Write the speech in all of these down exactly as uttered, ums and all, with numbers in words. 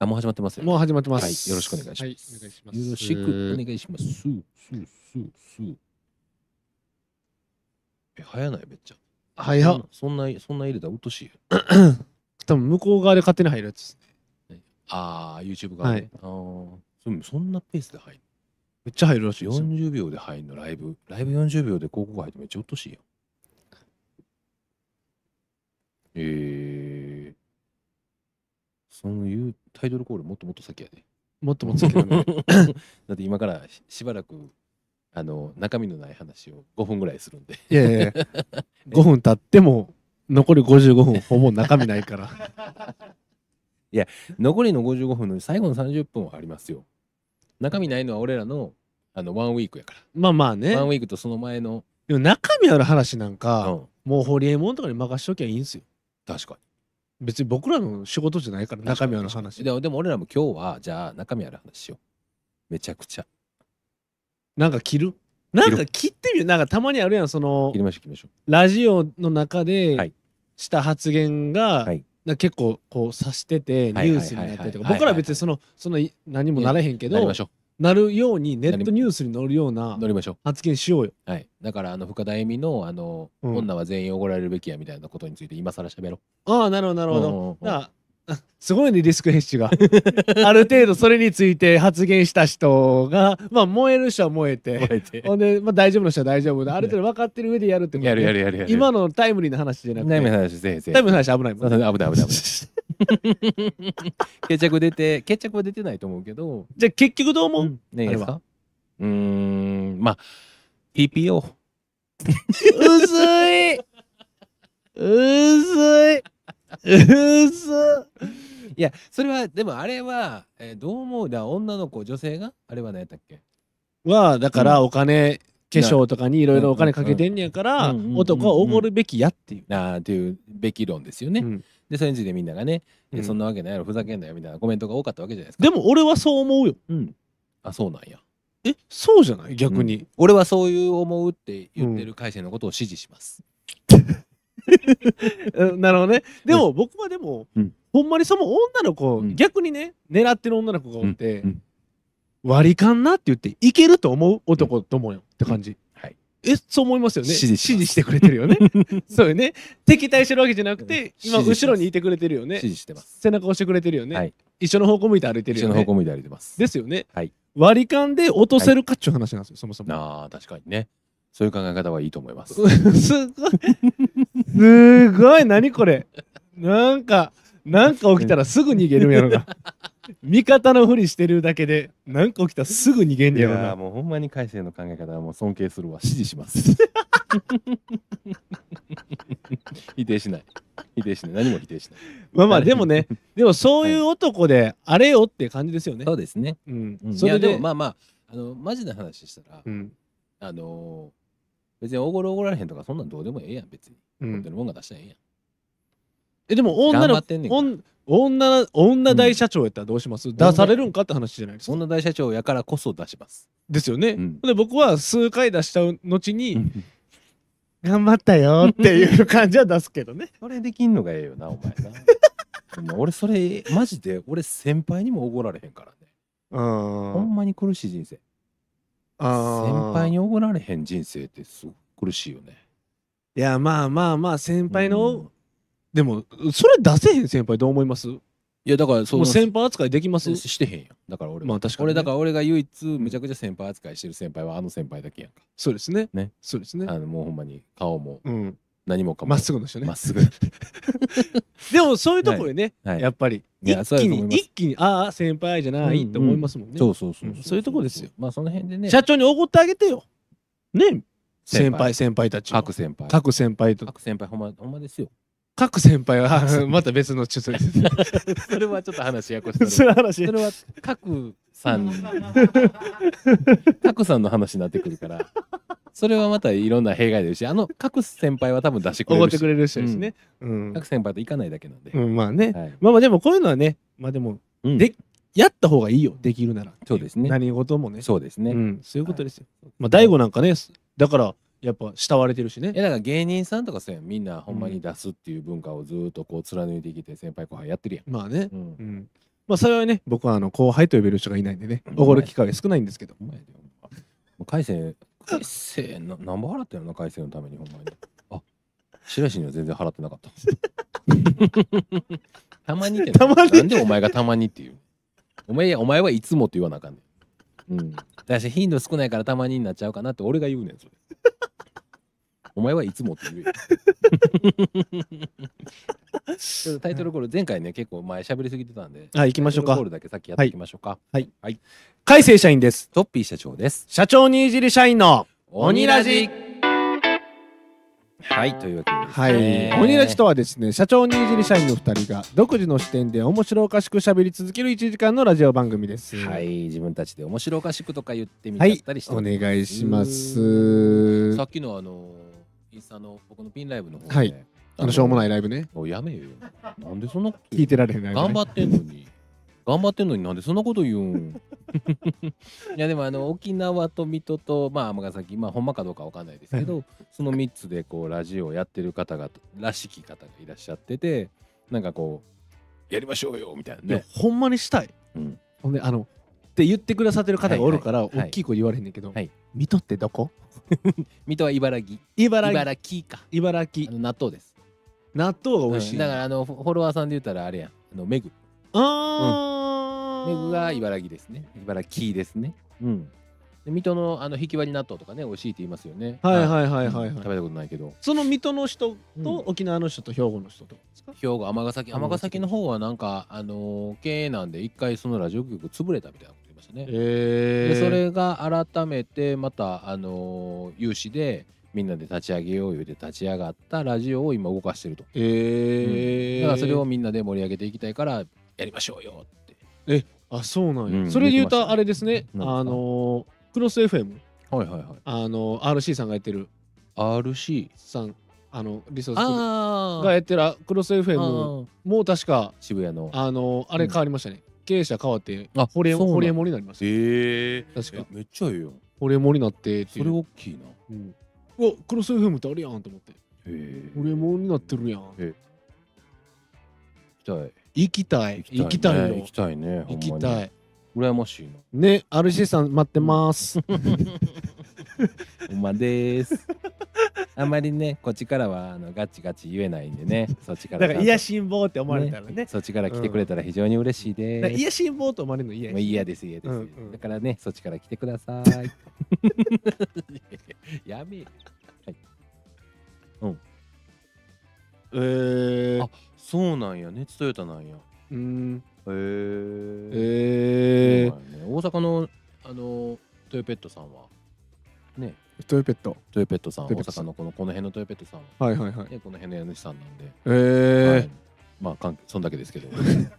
あ、もう始まってますよ。 もう始まってまはい、 す。 よろしくお願いします。 はい、お願いします。 よろしくお願いします。スースースースー。え、早ないめっちゃ。 早っ。 そんな、そんな、そんな入れたらうっとしいよ。 多分向こう側で勝手に入るやつですね。 ああ、YouTube 側で。ああ、そそんなペースで入る。 めっちゃ入るらしいですよ。 よんじゅうびょうで入るの、ライブ。ライブよんじゅうびょうで広告入ってめっちゃうっとしいよ。えー。そういうタイトルコールもっともっと先やで。 もっともっと先だね。 だって今からししばらくあの中身のない話をごふんぐらいするんで。 いやいやいやごふん経っても残りごじゅうごふんほぼ中身ないから。 いや、残りのごじゅうごふんの最後のさんじゅっぷんはありますよ。中身ないのは俺らのあのワンウィークやから。 まあまあね。 ワンウィークとその前の。 でも中身ある話なんか、 うん、 もうホリエモンとかに任しときゃいいんすよ。 確かに。 別に僕らの仕事じゃないから、中身ある話。 でもでも俺らも今日はじゃあ中身ある話しよう。めちゃくちゃ。 なんか切るなんか切ってみる。なんかたまにあるやん、その切りましょう切りましょう。 ラジオの中はでいした発言が、 はいなんか結構こう指しててニュースになったりとか、僕らは別にそのその何もなれへんけど、 なりましょなるようにネットニュースに載るようなう。乗りましょう。 発言しようよ。 はい。だからあの深田恵美のあの、 うん女は全員おごられるべきやみたいなことについて今更喋ろああ、なるほどなるほうんうんうんど。だからあすごいね、リスクヘッジが。ある程度それについて発言した人が、まあ燃える人は燃えう。 て、 燃えてほんで、まあ、大丈夫な人は大丈夫で、ある程度分かってる上でやるってことね。 やるやるやるやる。 今のタイムリーな話じゃなくて、 悩みの話ぜひぜひ。 タイムリーな話危ないもんね。 危ない危ない危ない。決着出て決着は出てないと思うけど。 じゃあ結局どう思う、 うん何がですか？うーんまあ ティーピーオー。 うずい。うずい。うずいやそれはでもあれは、えーどう思うだ女の子女性があれは何やったっけはだからお金、化粧とかにいろいろお金かけてんねやからうんうんうんうん男はおごるべきやっていう。 なあっていうべき論ですよね。 うんでそれについてみんながね、いやうんそんなわけないやろふざけんなよみたいなコメントが多かったわけじゃないですか。 でも俺はそう思うよ。 うんあそうなんや。 え、そうじゃない逆に、 うん俺はそういう思うって言ってる会社のことを支持します。 うんなるほどね。でも僕はでも、 うんほんまにその女の子、 うん逆にね狙ってる女の子がおって、 うんうん割り勘なって言っていけると思う男ともよって感じ。 はいえ、そう思いますよね。 支持しますしてくれてるよね。そうよね。敵対してるわけじゃなくて、今支持します後ろにいてくれてるよね支。持してます。 背中押してくれてるよね。 はい一緒の方向向いて歩いてるよね。 一緒の方向向いて歩いてます。 ですよね。 はい割り勘で落とせるかっちゅう話なんですよ、そもそも。 ああ確かにねそういう考え方はいいと思います。 すごい。すごい。何これ。なんか、なんか起きたらすぐ逃げるんやろな。味方のふりしてるだけで、なんか起きたらすぐ逃げんいやろな。 やーもうほんまに海星の考え方はもう尊敬するわ支持します。否定しない否定しない何も否定しない。 まあまあ、でもね、でもそういう男であれよって感じですよね。 そうですね。 うんうん。 それでいやでも、まあまああのマジな話したら、 うん。 あのー別におごるおごられへんとかそんなんどうでもええやん別に。 うん持ってるもんが出したらええやん。 え、でも女の頑張ってんねんから女、女大社長やったらどうします、出されるんかって話じゃないですか。 そんな大社長やからこそ出します。 ですよね。 うんで、僕は数回出した後に、 うん頑張ったよっていう感じは出すけどね。 それできんのがええよなお前な。ほんま俺それマジで俺先輩にもおごられへんからね。ほんまに苦しい人生。先輩におごられへん人生ってすごく苦しいよね。 いや、まあまあまあ、先輩の、 うんでも、それ出せへん先輩どう思います？もいやだからそうう先輩扱いできます？ ししてへんやん。だから俺はまあ確かにね俺だから俺が唯一めちゃくちゃ先輩扱いしてる先輩はあの先輩だけやんか。 そうですね。 ねそうですね。 あのもうほんまに顔もうん。 何もかもまっすぐの人ねまっ。すぐ。 でも、そういうところでね、 はいやっぱり、 いや一気に、 そうやと思います一気に、ああ、先輩じゃないと思いますもんね。 そうそうそううんそういうとこですよ。 まあその辺でね社長におごってあげてよ。ね。 先輩先輩、先輩たちを。 各先輩各先輩と。 各先輩ほんまほんまですよ。 各先輩は、また別のちょっと、 それはちょっと話ややこしい。 その話そ。れは各さん各さんの話になってくるからそれはまたいろんな弊害でるしあの各先輩は多分出してくれるしおごってくれる人ですね。うん。 各先輩と行かないだけなんで、 うん、まあね。 はいまあまあでもこういうのはね、まあでも、 うんでやった方がいいよ、できるなら。 そうですね何事もね。 そうですね、 うん、そういうことですよ。まあ大悟なんかね、だからやっぱ慕われてるしね。 いやだから芸人さんとかそうやんみんなほんまに出すっていう文化をずーっとこう貫いてきて先輩後輩やってるやん、 まあね。 うんうん。 まあそれはね、僕はあの後輩と呼べる人がいないんでね、おごる機会が少ないんですけど。 お前でも海鮮海鮮な何本払ってるの海鮮のためにほんまに。あ、白石には全然払ってなかった。たまにってたまになんでお前がたまにっていう。お前お前はいつもって言わなあかんねん。うん。だし頻度少ないからたまにになっちゃうかなって俺が言うねんそれ。お前はいつもって言え。タイトルコール前回ね結構前喋りすぎてたんで。 はい、行きましょうか。 タイトルコールだけさっきやっていきましょうか。 はい。はい。海星社員です。 トッピー社長です。 社長にいじり社員の鬼ラジ。はい、というわけでですね。 はい。鬼ラジとはですね、社長にいじり社員のふたりが独自の視点で面白おかしく喋り続けるいちじかんのラジオ番組です。 はい、自分たちで面白おかしくとか言ってみちゃったりして、 はい、お願いします。 さっきのあのインスタの僕のピンライブの方で、 はい、あのしょうもないライブね。 もうやめよ。なんでそんなこと聞いてられへんライブ、ね、 頑張ってんのに。頑張ってんのになんでそんなこと言うんいやでもあの沖縄と水戸とまあ尼崎まあほんまかどうかわかんないですけどそのみっつでこうラジオをやってる方がらしき方がいらっしゃっててなんかこうやりましょうよみたいなねほんまにしたい、うん、ほんであのって言ってくださってる方がおるから、はいはい、大きい声言われへんねんけど、はい、水戸ってどこ水戸は茨城茨城茨城か茨城あの納豆です納豆が美味しい、 うん、だからあのフォロワーさんで言ったらあれやんあのメグあー、うん、メグが茨城ですね茨城ですねうんで水戸のあのひき割り納豆とかね美味しいって言いますよねはいはいはいはい、はいうん、 食べたことないけどその水戸の人と沖縄の人と兵庫の人とですか、 兵庫尼崎尼崎の方はなんかあのー、経営なんで一回そのラジオ局潰れたみたいなこと言いましたね、えー、でそれが改めてまたあのー、有志でみんなで立ち上げよう言うて立ち上がったラジオを今動かしてると、 えーうん、だからそれをみんなで盛り上げていきたいからやりましょうよってえあそうなんや、うん、それで言うとあれですねあのー、クロス エフエムはいはいはいあの アールシー さんがやってるアールシーさんあのリソースがやってるクロス エフエム も確か渋谷のあのあれ変わりましたね、うん、経営者変わってホリエモンになりました、 えー、確かめっちゃいいよホリエモンになってそれ大きいな、 うん、うわクロス エフエム ってあれやんと思ってホリエモンになってるやん行きたい行きたい行きたいよ行きたいね行きたい羨ましいなね アールシー さん待ってますほんまですあんまりねこっちからはあのガチガチ言えないんでねそっちからだからいや辛抱って思われたら ね, ねそっちから来てくれたら非常に嬉しいです、 うん、いや辛抱と思われるの嫌や嫌です嫌です、うんうん、だからねそっちから来てくださいやめえ、はい、うんえー、 あそうなんや熱トヨタなんやうんへえー、 えーね、大阪のあのトヨペットさんはねトヨペットトヨペットさん大阪のこのこの辺のトヨペットさんははいはいはい、 ね、この辺の家主さんなんでえーはい、 まあかんそんだけですけど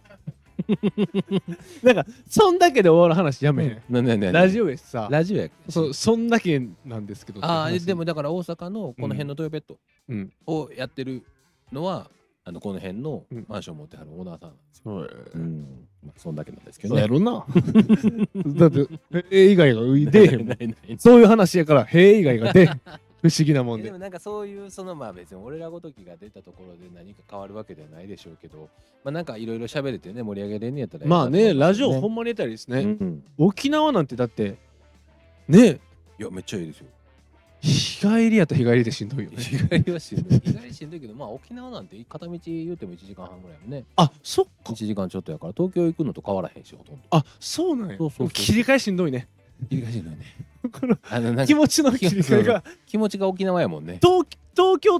なんかそんだけで終わる話やめへん、 うん、ねねねラジオやしさラジオやそそんだけなんですけどああでもだから大阪のこの辺のトヨペットをやってるのは、うんあのこの辺のマンション持ってはるオーナーさんなんですよ。うん、うんまあ、そんだけなんですけどね。 そうやろな。だって「へえ」以外が出えへんもん。そういう話やから「へえ」以外が出不思議なもんで。 でもなんかそういうそのまあ別に俺らごときが出たところで何か変わるわけではないでしょうけど、まあなんかいろいろ喋れてね盛り上げれんやったら、 ね、まあねラジオほんまにやったらいいですね。うんうん、沖縄なんてだってねいやめっちゃいいですよ。 日帰りやったら日帰りでしんどいよね。 日帰りはしんどい。日帰りしんどいけど、まあ沖縄なんて片道言うてもいちじかんはんぐらいもね。 あ、そっか。 いちじかんちょっとやから東京行くのと変わらへんし、ほとんど。 あ、そうなんや。そうそうそう切り替えしんどいね。 切り替えしんどいね。 このあの気持ちの切り替えが気持ちが沖縄やもんね。 東, 東京って、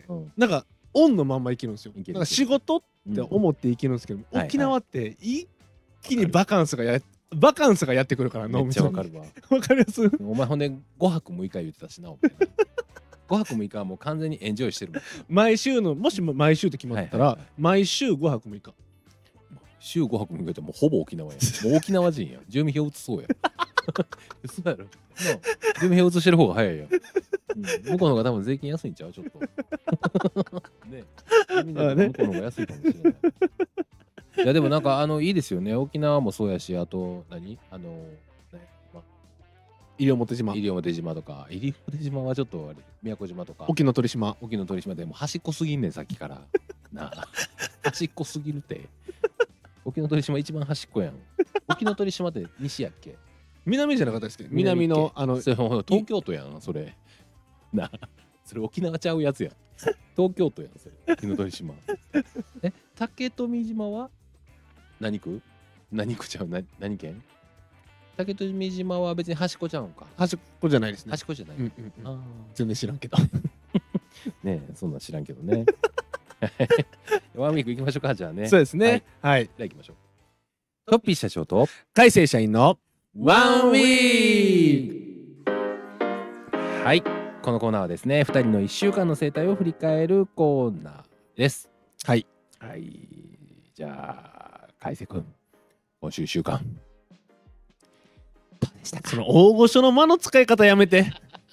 うん、なんかオンのまんま生きるんですよ。なんか仕事って思って生きるんですけど、うん、沖縄って一気にバカンスがやバカンスがやってくるからめっちゃわかるわ。 わかります。 お前ほんでごはくむいか言ってたしな。ごはくむいかはもう完全にエンジョイしてるもん。 毎週のもし毎週って決まったら、はいはいはい、毎週ごはくむいか。 週ごはくむいかってもうほぼ沖縄や。もう沖縄人や。住民票移そうや。そうやろ。住民票移してる方が早いや。うん、向こうの方が多分税金安いんちゃうちょっと。ね。みんな向こうの方が安いかもしれない。いやでもなんかあのいいですよね。沖縄もそうやし、あと何あの、ねま、 西表島西表島とか西表島はちょっとあれ宮古島とか沖ノ鳥島沖ノ鳥島でも端っこすぎんねんさっきからなあ端っこすぎるって沖沖ノ鳥島一番端っこやん。沖ノ鳥島って西やっけ？ 南じゃなかったですけど、南のあのそれ東京都やんそれ。なそれ沖縄ちゃうやつやん。東京都やんそれ。沖ノ鳥島。え竹富島は何区？何区ちゃう？な何県？竹富島は別に端っこちゃうんか。 端っこじゃないですね。 端っこじゃない。 うんうんうん、あ全然知らんけど。 ねえそんなん知らんけどね。ワンウィーク行きましょうかじゃあね。 そうですね。はい。 じゃあ行きましょう。トッピー社長と海星社員のワンウィーク。はい。このコーナーはですね、ふたりのいっしゅうかんの生態を振り返るコーナーです。 はい。 はい。じゃあ海星くん、今週いっしゅうかんどうでしたか？ その大御所の間の使い方やめて。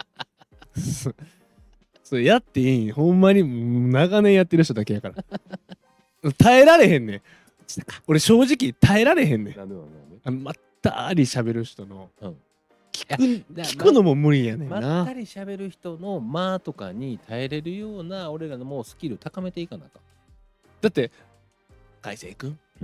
それやっていい？ほんまに長年やってる人だけやから耐えられへんねん。俺正直耐えられへんねん。 なんでなんであのまったり喋る人の、うん、聞く聞くのも無理やねんな。 まったり喋る人の間とかに耐えれるような俺らのもうスキル高めていかなか。 だって海星くん、 うん、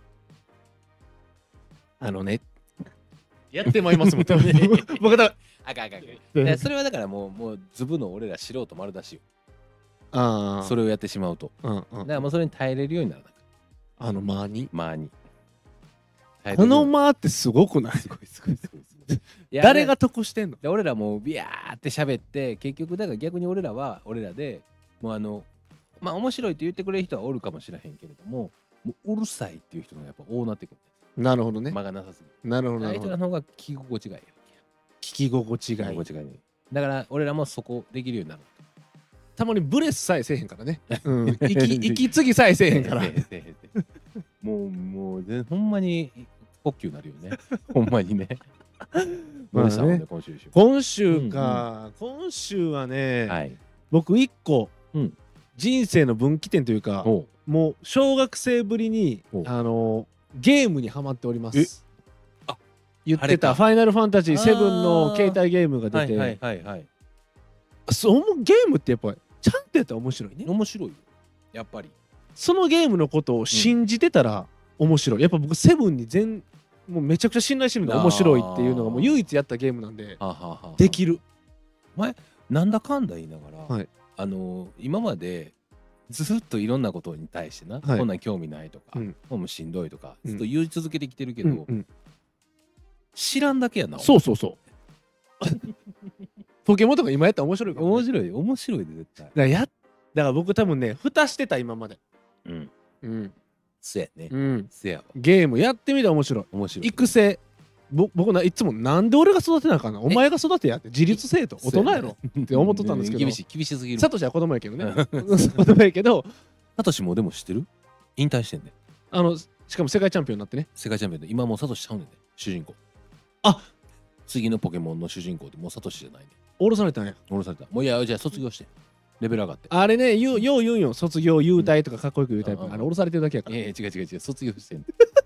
あのねやってまいりますもん。僕だあかんあかんあかん。それはだからもうもうズブの俺ら素人丸出しよ。 ああ。 それをやってしまうと。うんうん、だからもうそれに耐えれるようにならなか。 あの間に。 間に。 この間ってすごくない？すごいすごいすごいすごい。誰が得してんの？ で俺らもうビヤーって喋って結局だから逆に俺らは俺らでもうあのまあ面白いって言ってくれる人はおるかもしれへんけれども、もううるさいっていう人がやっぱ多なってくる。 なるほどね。 間がなさすぎる。 なるほどなるほど。 相手の方が聞き心地がいい。 聞き心地がいい。 聞き心地がいい。だから俺らもそこできるようになる。 たまにブレスさえせえへんからね。うん。息息継ぎさえせえへんから。 もうもうほんまに呼吸になるよね。ほんまにね。 まあね、今週今週か、うんうん、今週はね、はい、僕一個、うん、人生の分岐点というか、もう小学生ぶりにあのゲームにハマっております。あ、言ってた「ファイナルファンタジーセブン」の携帯ゲームが出て、はいはいはい、そのゲームってやっぱちゃんとやったら面白いね。 面白いよやっぱり。 そのゲームのことを信じてたら面白い。やっぱ僕セブンに全もうめちゃくちゃ信頼してるんで面白いっていうのがもう唯一やったゲームなんでできる。 お前なんだかんだ言いながら、はい、あのー、今までずっといろんなことに対してな、はい、こんなん興味ないとか、うん、もうしんどいとかずっと言い続けてきてるけど、うんうん、知らんだけやな。 そうそうそうポケモンとか今やったら面白いかも、ね、 面白い面白いで絶対。だからやだから僕多分ね蓋してた今まで。 うんうんせやね、 うん、 せやわ。 ゲームやってみたら面白い。面白い育成。ぼ僕ないつもなんで俺が育てなあかんな、お前が育てやって自立せえと大人やろって思っとったんですけど、 厳しい厳しすぎる。 サトシは子供やけどね子供やけどサトシもでも知ってる？引退してんね。 あのしかも世界チャンピオンになってね。 世界チャンピオンで今もうサトシちゃうねんね主人公。 あ次のポケモンの主人公でもうサトシじゃないね。 降ろされたんや。 降ろされた。もういやじゃあ卒業してレベル上がって。 あれね、よう言うんよ。卒業、優待とかかっこよく言うタイプ。あの、降ろされてるだけやから。 いやいや、違う違う違う、卒業してんの。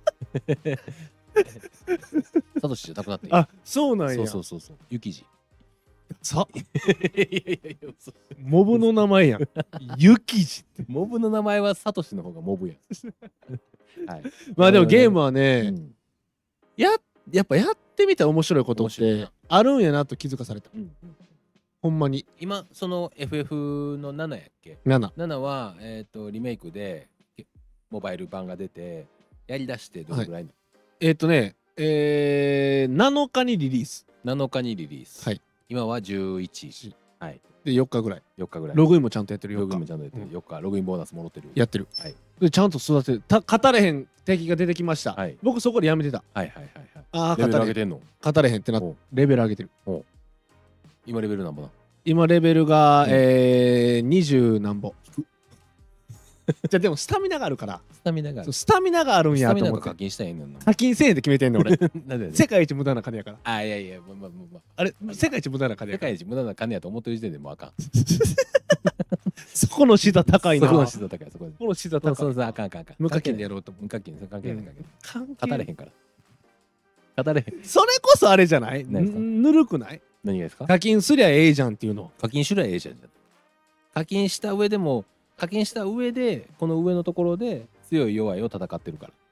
サトシじゃなくなって。 あ、そうなんや。 そうそうそうそう。ユキジ。 さいやいやいや、モブの名前やん。ユキジって。 モブの名前はサトシの方がモブやん。はい。 まあでもゲームはね、や、やっぱやってみたら面白いことってあるんやなと気づかされた。ほんまに今その エフエフ のななやっけ。 なな, ななは、えー、とリメイクでモバイル版が出てやりだしてどれぐらいの、 はい、えっ、ー、とねえー、なのかにリリースなのかにリリース、はい、今はじゅういち、はい、 でよっかぐらいよっかぐらいログインもちゃんとやってる。 ログインもちゃんとやってる、うん、よっかログインボーナスもろってるやってる、 はい、 でちゃんと育てる。た勝たれへん敵が出てきました、はい、僕そこでやめてた。 はいはいはいはい。 ああレベル上げてんの？ 勝たれへんってなってレベル上げてる。 今レベルなんぼな？ 今レベルが、うん、えー、にじゅうなんぼじゃあでもスタミナがあるからスタミナがあるスタミナがあるんやと思って課金したらいいの？ 課金せえって決めてんの俺なんで、ね、世界一無駄な金やから。 あいやいやまあまあまああれ世界一無駄な金やから。 世界一無駄な金やと思ってる時点でもうあかんそこの資座高いな。 そこの資座高い。そこの資座高い。 そうそうあかんあかんあかん。 無課金でやろうと思う。 無課金関係ない関係ない。語れへんから語れへん。 それこそあれじゃない？ぬるくない？ 何がですか？ 課金すりゃええじゃんっていうの。 課金すりゃええじゃん。課金した上でも課金した上でこの上のところで強い弱いを戦ってるから。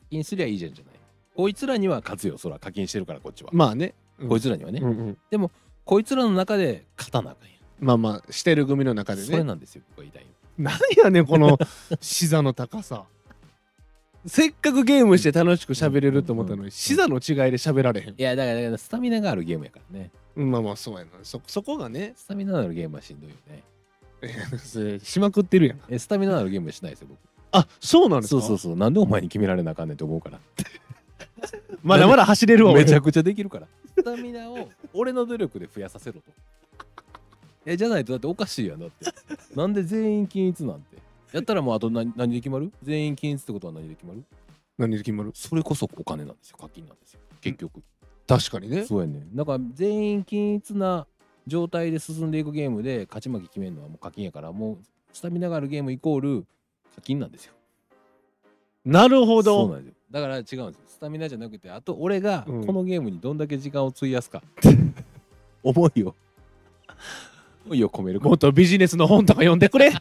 金すりゃいいじゃんじゃない。こいつらには勝つよ、そら課金してるからこっちは。 まあね、 うん、こいつらにはね、 うんうん、 でもこいつらの中で勝たなあかんや。 まあまあしてる組の中でね。 それなんですよ僕は言いたい。 何やねんこの視座の高さ。せっかくゲームして楽しく喋れると思ったのに視座の違いで喋られへん。いやだから、だからスタミナがあるゲームやからね。 まあまあそうやな。 そ, そこがね、 スタミナのあるゲームはしんどいよね。しまくってるやん。 えスタミナのあるゲームはしないですよ僕。 あ、そうなんですか。 そうそうそう。なんでお前に決められなあかんねんって思うから。 まだまだ走れるわ。 めちゃくちゃできるから。スタミナを俺の努力で増やさせろと。えじゃないとだっておかしいやんだって。なんで全員均一なんて。やったらもうあと 何, 何で決まる？全員均一ってことは何で決まる？ 何で決まる？ それこそお金なんですよ。課金なんですよ結局。 確かにね。 そうやね。だから全員均一な状態で進んでいくゲームで勝ち負け決めるのはもう課金やから、もうスタミナがあるゲームイコール課金なんですよ。 なるほど。 そうなんですよ。だから違うんですよ。スタミナじゃなくて、あと俺がこのゲームにどんだけ時間を費やすか、うん、思いを思いを込めるか。 もっとビジネスの本とか読んでくれ。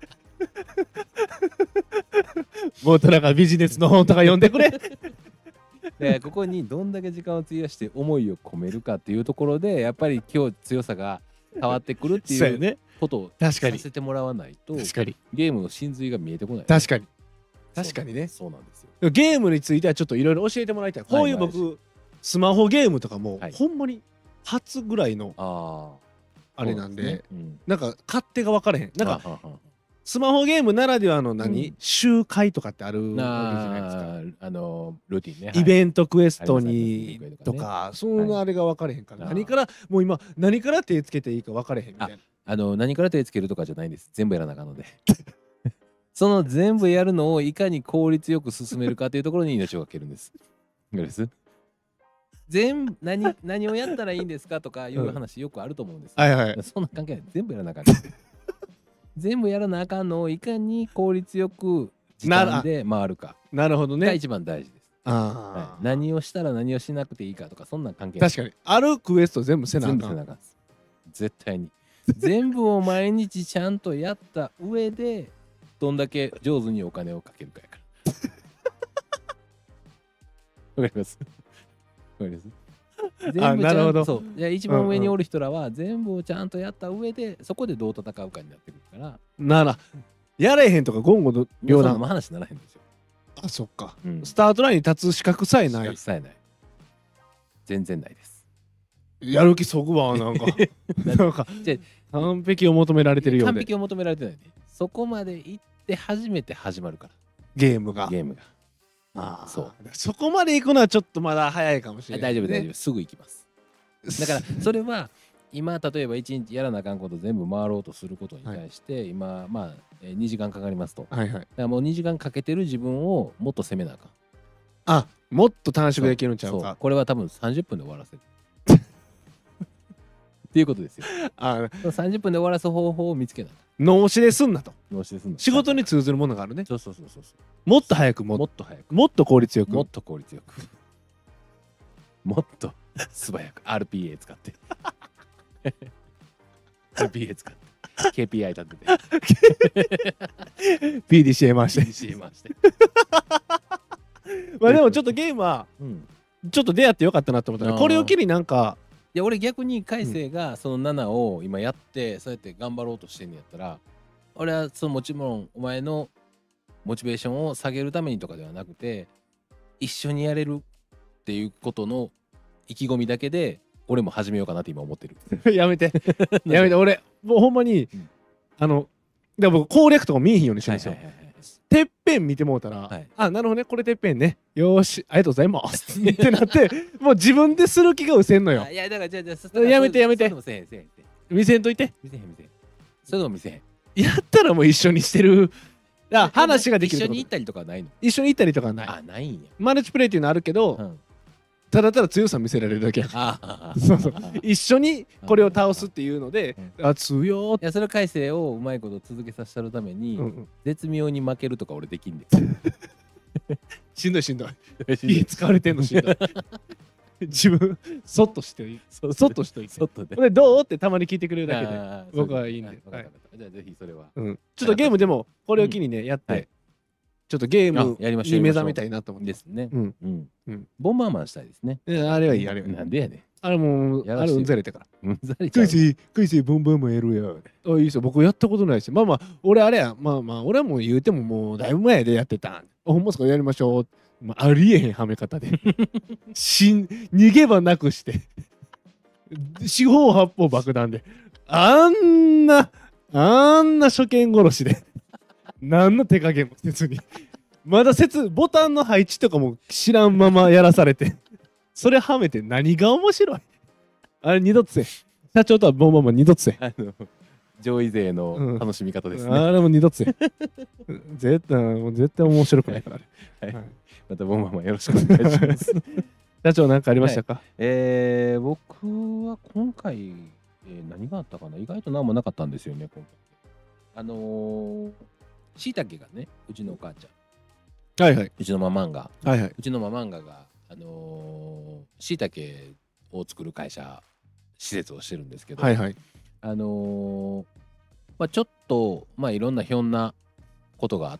もっとなんかビジネスの本とか読んでくれ。 でここにどんだけ時間を費やして思いを込めるかっていうところでやっぱり今日強さが変わってくるっていうことをさせてもらわないと、 確かにゲームの真髄が見えてこない。 確かに確かにね。 そうなんですよ。 ゲームについてはちょっといろいろ教えてもらいたい。こういう僕スマホゲームとかもほんまに初ぐらいのあれなんで、なんか勝手が分からへん。なんかスマホゲームならではの何周回とかってあるわけじゃないですか。 あのルーティンね。 イベントクエストにとかそのあれが分かれへんから、何からもう今何から手つけていいか分かれへんみたいな。 あの何から手つけるとかじゃないんです。全部やらなあかんので。その全部やるのをいかに効率よく進めるかというところに命をかけるんです。です全部 何, 何をやったらいいんですかとかいう話よくあると思うんです。 はいはい。 そんな関係ない。全部やらなあかん。全部やらなあかんのをいかに効率よく時間で回るか。 なるほどね。 が一番大事です。あ、はい、何をしたら何をしなくていいかとかそんな関係ない。 確かにあるクエスト全部せなあかん。 全部せなあかんです。絶対に。全部を毎日ちゃんとやった上でどんだけ上手にお金をかけるかやから。わかります。わかります。全部ちゃんと、なるほど。そう。じゃあ一番上におる人らは全部をちゃんとやった上でそこでどう戦うかになってくるから。 ならやれへんとか言語のような話にならへんですよ。 あ、そっか、うん。スタートラインに立つ資格さえない。資格さえない。全然ないです。 やる気そぐわなんか。なんか完璧を求められてるようで。 完璧を求められてないね。そこまで行って初めて始まるから。 ゲームが。 ゲームが。 ああ、そう。そこまで行くのはちょっとまだ早いかもしれない、 ね。大丈夫大丈夫。すぐ行きます。だからそれは今例えばいちにちやらなあかんこと全部回ろうとすることに対して、はい、今まあにじかんかかりますと。はいはい。だからもうにじかんかけてる自分をもっと責めなあかん。 あ、もっと短縮できるんちゃうか。 そう、これは多分さんじゅっぷんで終わらせる。っていうことですよ。あさんじゅっぷんで終わらす方法を見つけない。 脳死ですんなと。 脳死ですんな。 仕事に通ずるものがあるね。 そうそうそうそう。 もっと早くももっと早くもっと効率よくもっと効率よくもっと素早く アールピーエー 使って。アールピーエー 使って ケーピーアイ 立ててピーディーシーエー 回してピーディーシーエー 回してまあでもちょっとゲームはちょっと出会ってよかったなと思ったら、これを機になんかいや俺逆に海星がそのななを今やってそうやって頑張ろうとしてんのやったら、俺はそのもちろんお前のモチベーションを下げるためにとかではなくて一緒にやれるっていうことの意気込みだけで俺も始めようかなって今思ってる。 やめてやめて俺もうほんまに、うん、あのでも攻略とか見えへんようにしてるんですよ。てっぺん見てもうたら、はい、あ、なるほどね、これてっぺんね、よーしありがとうございますってなってもう自分でする気が失せんのよ。いやだからじゃあじゃあやめてやめて見せんといて。見せへん見せへん。それでも見せへん。やったらもう一緒にしてる。あ、話ができる。一緒に行ったりとかないの？一緒に行ったりとかない。あ、ないんや。マルチプレイっていうのあるけど、うん、ただただ強さ見せられるだけやから。そうそう。一緒にこれを倒すっていうので、あ、あ強ー。いや、それ改正をうまいこと続けさせたるために、うんうん、絶妙に負けるとか俺できんで。しんどいしんどい。家使われてんのしんどい。自分そっとしていい。そっとしといて。そっとで。どうってたまに聞いてくれるだけで僕はいいんで。じゃあぜひそれは。ちょっとゲームでもこれを機にねやって。ちょっちょっとゲームに目覚めたいなと思ってですね。うんうん。ボンバーマンしたいですね。 あれはいいあれはいい。 なんでやねん。 あれもうあれうんざれてから。 うんざれちゃう。 クイズクイズボンバーマンやるよ。あいいですよ。僕やったことないし、まあまあ俺あれや、まあまあ俺はもう言うてももうだいぶ前でやってた。ほんまそこやりましょう。まあ、ありえへんはめ方でしん逃げ場なくして四方八方爆弾であんなあんな初見殺しで何の手加減もせずにまだ説ボタンの配置とかも知らんままやらされてそれはめて何が面白いあれ二度とせえ社長とはボンバーマン二度とせえあの上位勢の楽しみ方ですね、 うん、あれも二度とせえ絶対もう絶対面白くないからあれ、はいはい、 またボンバーマンよろしくお願いします社長何かありましたか？はい、 えー、僕は今回、えー、何があったかな、意外と何もなかったんですよね今回。あのしいたけがね、うちのお母ちゃん、 はいはい、 うちのママンガ、 はいはい、 うちのママンガがあのしいたけを作る会社施設をしてるんですけど、 はいはい、 あのー、まあちょっとまあいろんなひょんなことがあって、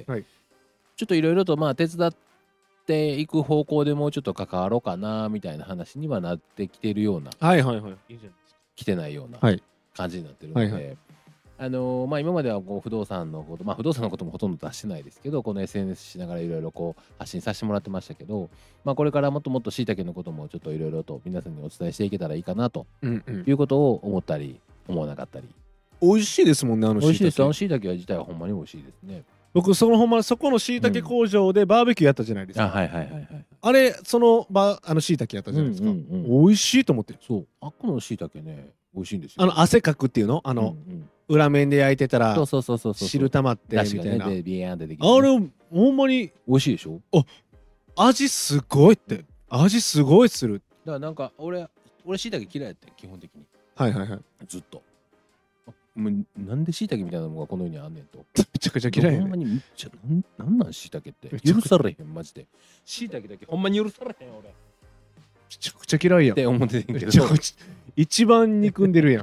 はい、ちょっといろいろとまあ手伝っていく方向でもうちょっと関わろうかなみたいな話にはなってきてるような、 はいはいはい、いいじゃないですか、 来てないような感じになってるので、はいはい、あのー、まあ今まではこう不動産のこと、まあ不動産のこともほとんど出してないですけど、この エスエヌエス しながらいろいろこう発信させてもらってましたけど、まあこれからもっともっとしいたけのこともちょっといろいろと皆さんにお伝えしていけたらいいかなということを思ったり思わなかったり。 美味しいですもんね、あのしいたけ。 美味しいです。あのしいたけ自体はほんまに美味しいですね。 僕そのほんまそこのしいたけ工場でバーベキューやったじゃないですか。 あ、はいはいはいはい。 あれそのばあのしいたけやったじゃないですか。美味しいと思って。 そう。あっこのしいたけね、美味しいんですよ。 あの汗かくっていうの、あの裏面で焼いてたら汁溜まってみたいな。あれほんまに美味しいでしょ。 あ、味すごいって。味すごいする。 だからなんか俺俺しいたけ嫌いやって基本的に。 はいはいはい。 ずっと。もうなんでしいたけみたいなのがこの世にあんねんと。 めちゃくちゃ嫌いやね。 ほんまにめっちゃなんなんなんしいたけって許されへんマジで。しいたけだけほんまに許されへん俺。めちゃくちゃ嫌いやん。 って思っててんけど。 一番憎んでるやん。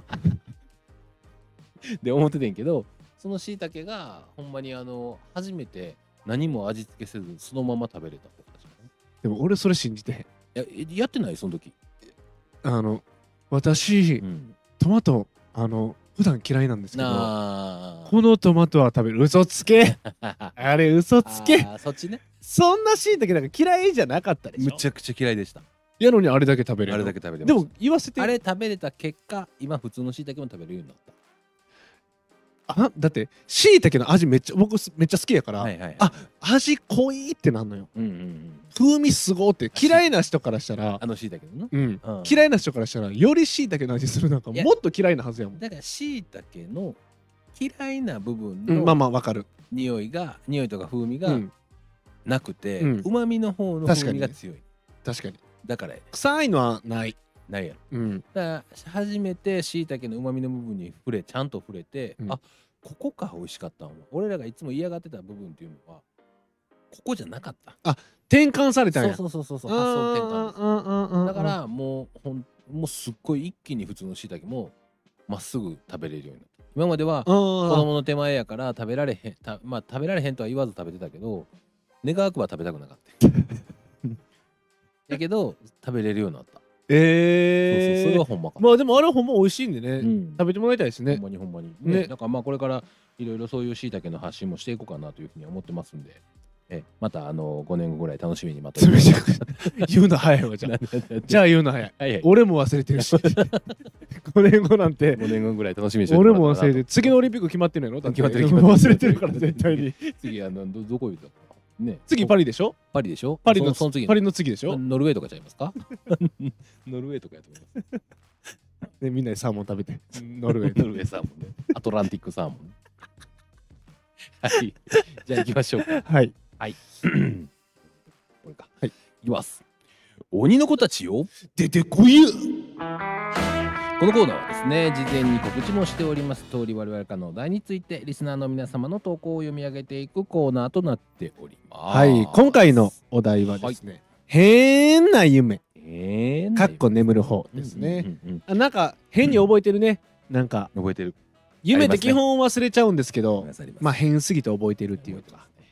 で思っててんけど、そのしいたけがほんまにあの初めて何も味付けせずそのまま食べれたってことじゃない。 でも俺それ信じてへん。ややってないその時。 あの私、うん、トマトあの普段嫌いなんですけど、このトマトは食べる。嘘つけあれ嘘つけあそっちね。 そんなしいたけなんか嫌いじゃなかったでしょ。 むちゃくちゃ嫌いでした。 やのにあれだけ食べれる。 あれだけ食べれる。 でも言わせて、 あれ食べれた結果今普通のしいたけも食べれるようになった。 あ、だってしいたけの味めっちゃ僕めっちゃ好きやから、はいはいはい、あ、味濃いってなんのよ、うんうんうん、風味すごって嫌いな人からしたらあのしいたけのね、 うんうん、嫌いな人からしたらよりしいたけの味するなんかもっと嫌いなはずやもん。 だからしいたけの嫌いな部分の、うん、まあまあわかる匂いが匂いとか風味がなくてうまみの方の風味が強い。 確かにだから臭いのはないないやろ、うん、だから初めてしいたけのうまみの部分に触れちゃんと触れて、うん、あここか美味しかったの。俺らがいつも嫌がってた部分っていうのはここじゃなかった。 あ、転換されたんや。 そうそうそうそう、発想転換です。だからもうほんもうすっごい一気に普通のしいたけもまっすぐ食べれるようになった。今までは子供の手前やから食べられへん、たまあ食べられへんとは言わず食べてたけど願わくば食べたくなかったやけど食べれるようになった。 ええー、 そうそう、それはほんまか。 まあでもあれはほんま美味しいんでね、うん、食べてもらいたいですね。 ほんまにほんまにね。だからまあこれからいろいろそういうしいたけの発信もしていこうかなというふうに思ってますんで、えまたあのごねんごぐらい楽しみにまた言うの早いわ。じゃあじゃあ言うの早い、はいはい、俺も忘れてるしごねんごなんてごねんごぐらい楽しみにして俺も忘れてる。次のオリンピック決まってるの？ 決まってる。 忘れてるから絶対に次あの ど, どこ言うたね、 次パリでしょ。 パリでしょ。 パリのその次パリの次でしょ。 ノルウェーとかちゃいますかノルウェーとかやと思いますね。みんなでサーモン食べてノルウェーノルウェーサーモンね。アトランティックサーモンはいじゃあ行きましょうか。 はいはいこれか。はい、いきます。鬼の子たちよ出てこい。 このコーナーはですね、事前に告知もしております通り、我々からのお題についてリスナーの皆様の投稿を読み上げていくコーナーとなっております。 はい、今回のお題はですね、はい、変な夢かっこ眠る方ですね。なんか変に覚えてるね、うん、なんか覚えてる。 夢って基本忘れちゃうんですけど、まあ変すぎて覚えてるっていうか、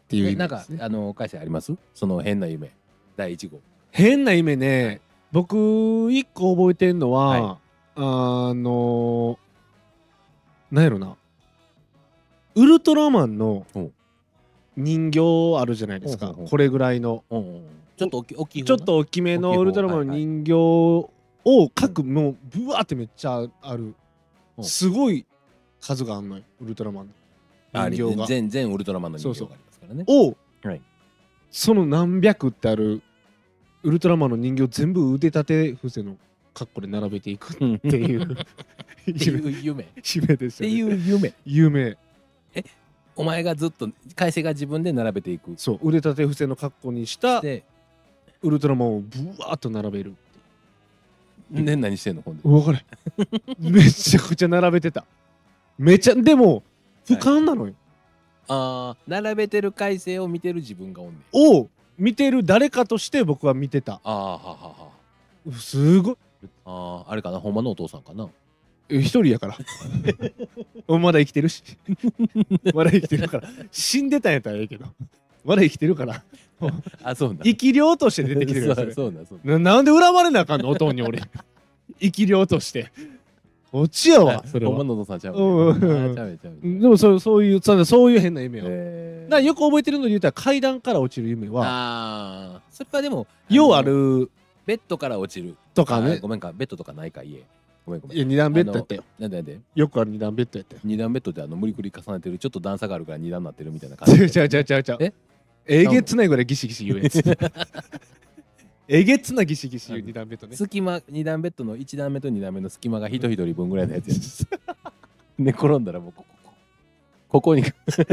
っていう意味です、ね、 なんかあの会社あります？その変な夢だいいち号。 変な夢ね、はい、僕一個覚えてんのは、はい、あのなんやろな、ウルトラマンの人形あるじゃないですか、これぐらいのちょっと大きいちょっと大きめのウルトラマンの人形を各もうブワーってめっちゃある、すごい数があんのよ、ウルトラマンの人形が。 全全ウルトラマンの人形がありますからね。 を、はい、その何百ってあるウルトラマンの人形全部腕立て伏せの格好で並べていくっていう夢夢ですよね。 っていう夢夢えお前がずっと海星が自分で並べていく。 そう、腕立て伏せの格好にしたウルトラマンをブワーッと並べる。 ね、何してんのほんで。 分かれめちゃくちゃ並べてた。めちゃでも俯瞰なのよ、はい、 ああ並べてる海星を見てる自分がおんねん。 を見てる誰かとして僕は見てた。 ああはははすごい。 あああれかな、ほんまのお父さんかな。 一人やからまだ生きてるしまだ生きてるから死んでたんやったらええけどまだ生きてるからあ、そうな生き量として出てきてるそうそうなそうな。なんで恨まれなあかんのおとんに俺生き量としてこっちやわ。それはほんまのお父さんちゃう。でもそうそういうそういう変な夢を、えー、だよく覚えてるので言ったら階段から落ちる夢は、 あそれはでもようあるベッドから落ちるとかね。 ごめんかベッドとかないか家。ごめんごめん。 いやに段ベッドやったよ。 なんでなんでよくあるに段ベッドやったよ。 に段ベッドってあの無理くり重ねてるちょっと段差があるからに段になってるみたいな感じ。 ちゃうちゃうちゃうちゃう。ええげつないぐらいギシギシ言うやつ。えげつなギシギシ言うに段ベッドね。 隙間に段ベッドのいち段目とに段目の隙間が一人一人分ぐらいのやつやつ。寝転んだらもうこここここに。